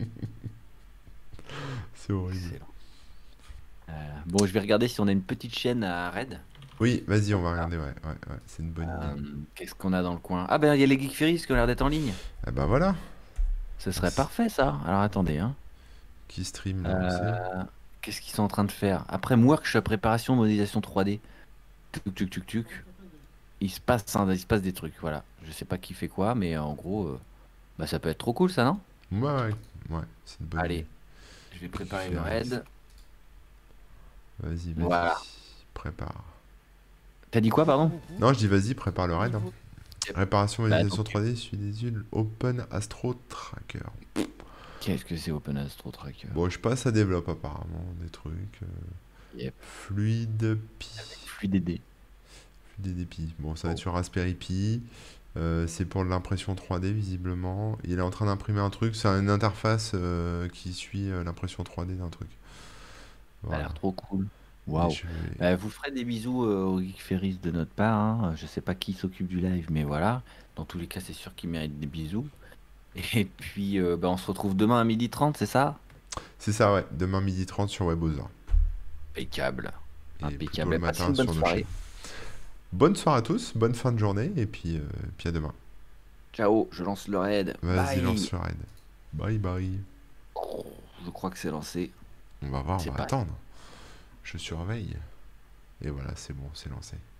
A: C'est horrible.
B: Excellent. Bon, je vais regarder si on a une petite chaîne à Red.
A: Oui, vas-y, on va regarder, ouais, ouais, ouais, c'est une bonne idée.
B: Qu'est-ce qu'on a dans le coin? Ah ben, il y a les Geek Ferries qui ont l'air d'être en ligne.
A: Ah bah voilà.
B: Ce
A: Ah,
B: serait parfait, ça. Alors attendez, hein.
A: qui stream là, on sait.
B: Euh, Qu'est-ce qu'ils sont en train de faire? Après workshop, préparation, modélisation 3D. Tuc, tuc, tuc, tuc. Il se passe des trucs, voilà. Je sais pas qui fait quoi, mais en gros, bah, ça peut être trop cool, ça, non?
A: Ouais, ouais, ouais, c'est une bonne idée.
B: Allez, je vais
A: Geek
B: préparer le
A: Ferries.
B: raid.
A: Vas-y, vas-y.
B: Voilà.
A: Prépare.
B: T'as dit quoi, pardon?
A: Non, je dis vas-y, prépare le raid, hein.
B: Yep.
A: Réparation
B: Bah,
A: modélisation
B: donc,
A: 3D, suivi des îles Open Astro Tracker.
B: qu'est-ce que c'est Open Astro Tracker?
A: Bon, je sais pas, ça développe apparemment des trucs.
B: Yep.
A: Fluide Pi.
B: FluidD.
A: Fluide Pi. Bon, ça va être
B: Oh.
A: sur Raspberry Pi. C'est pour de l'impression 3D visiblement. Il est en train d'imprimer un truc. C'est une interface qui suit l'impression 3D d'un truc.
B: Ça a
A: Voilà.
B: l'air trop cool.
A: Et
B: Waouh.
A: je vais-
B: Bah, vous ferez des bisous au Geek Ferries de notre part, hein. Je sais pas qui s'occupe du live, mais voilà. Dans tous les cas, c'est sûr qu'il mérite des bisous. Et puis, bah, on se retrouve demain à 12h30, c'est ça?
A: C'est ça, ouais. Demain 12h30 sur Webosaur.
B: Impeccable.
A: Et plutôt
B: Impeccable.
A: le
B: Et passez
A: matin
B: une bonne
A: sur nos
B: soirée.
A: chaînes. Bonne soirée à tous, bonne fin de journée, et puis à demain.
B: Ciao, je lance le raid.
A: Vas-y,
B: Bye.
A: lance le raid. Bye bye.
B: Oh, je crois que c'est lancé.
A: On va voir, on
B: C'est
A: va
B: pas.
A: attendre. Je surveille. Et voilà, c'est bon, c'est lancé.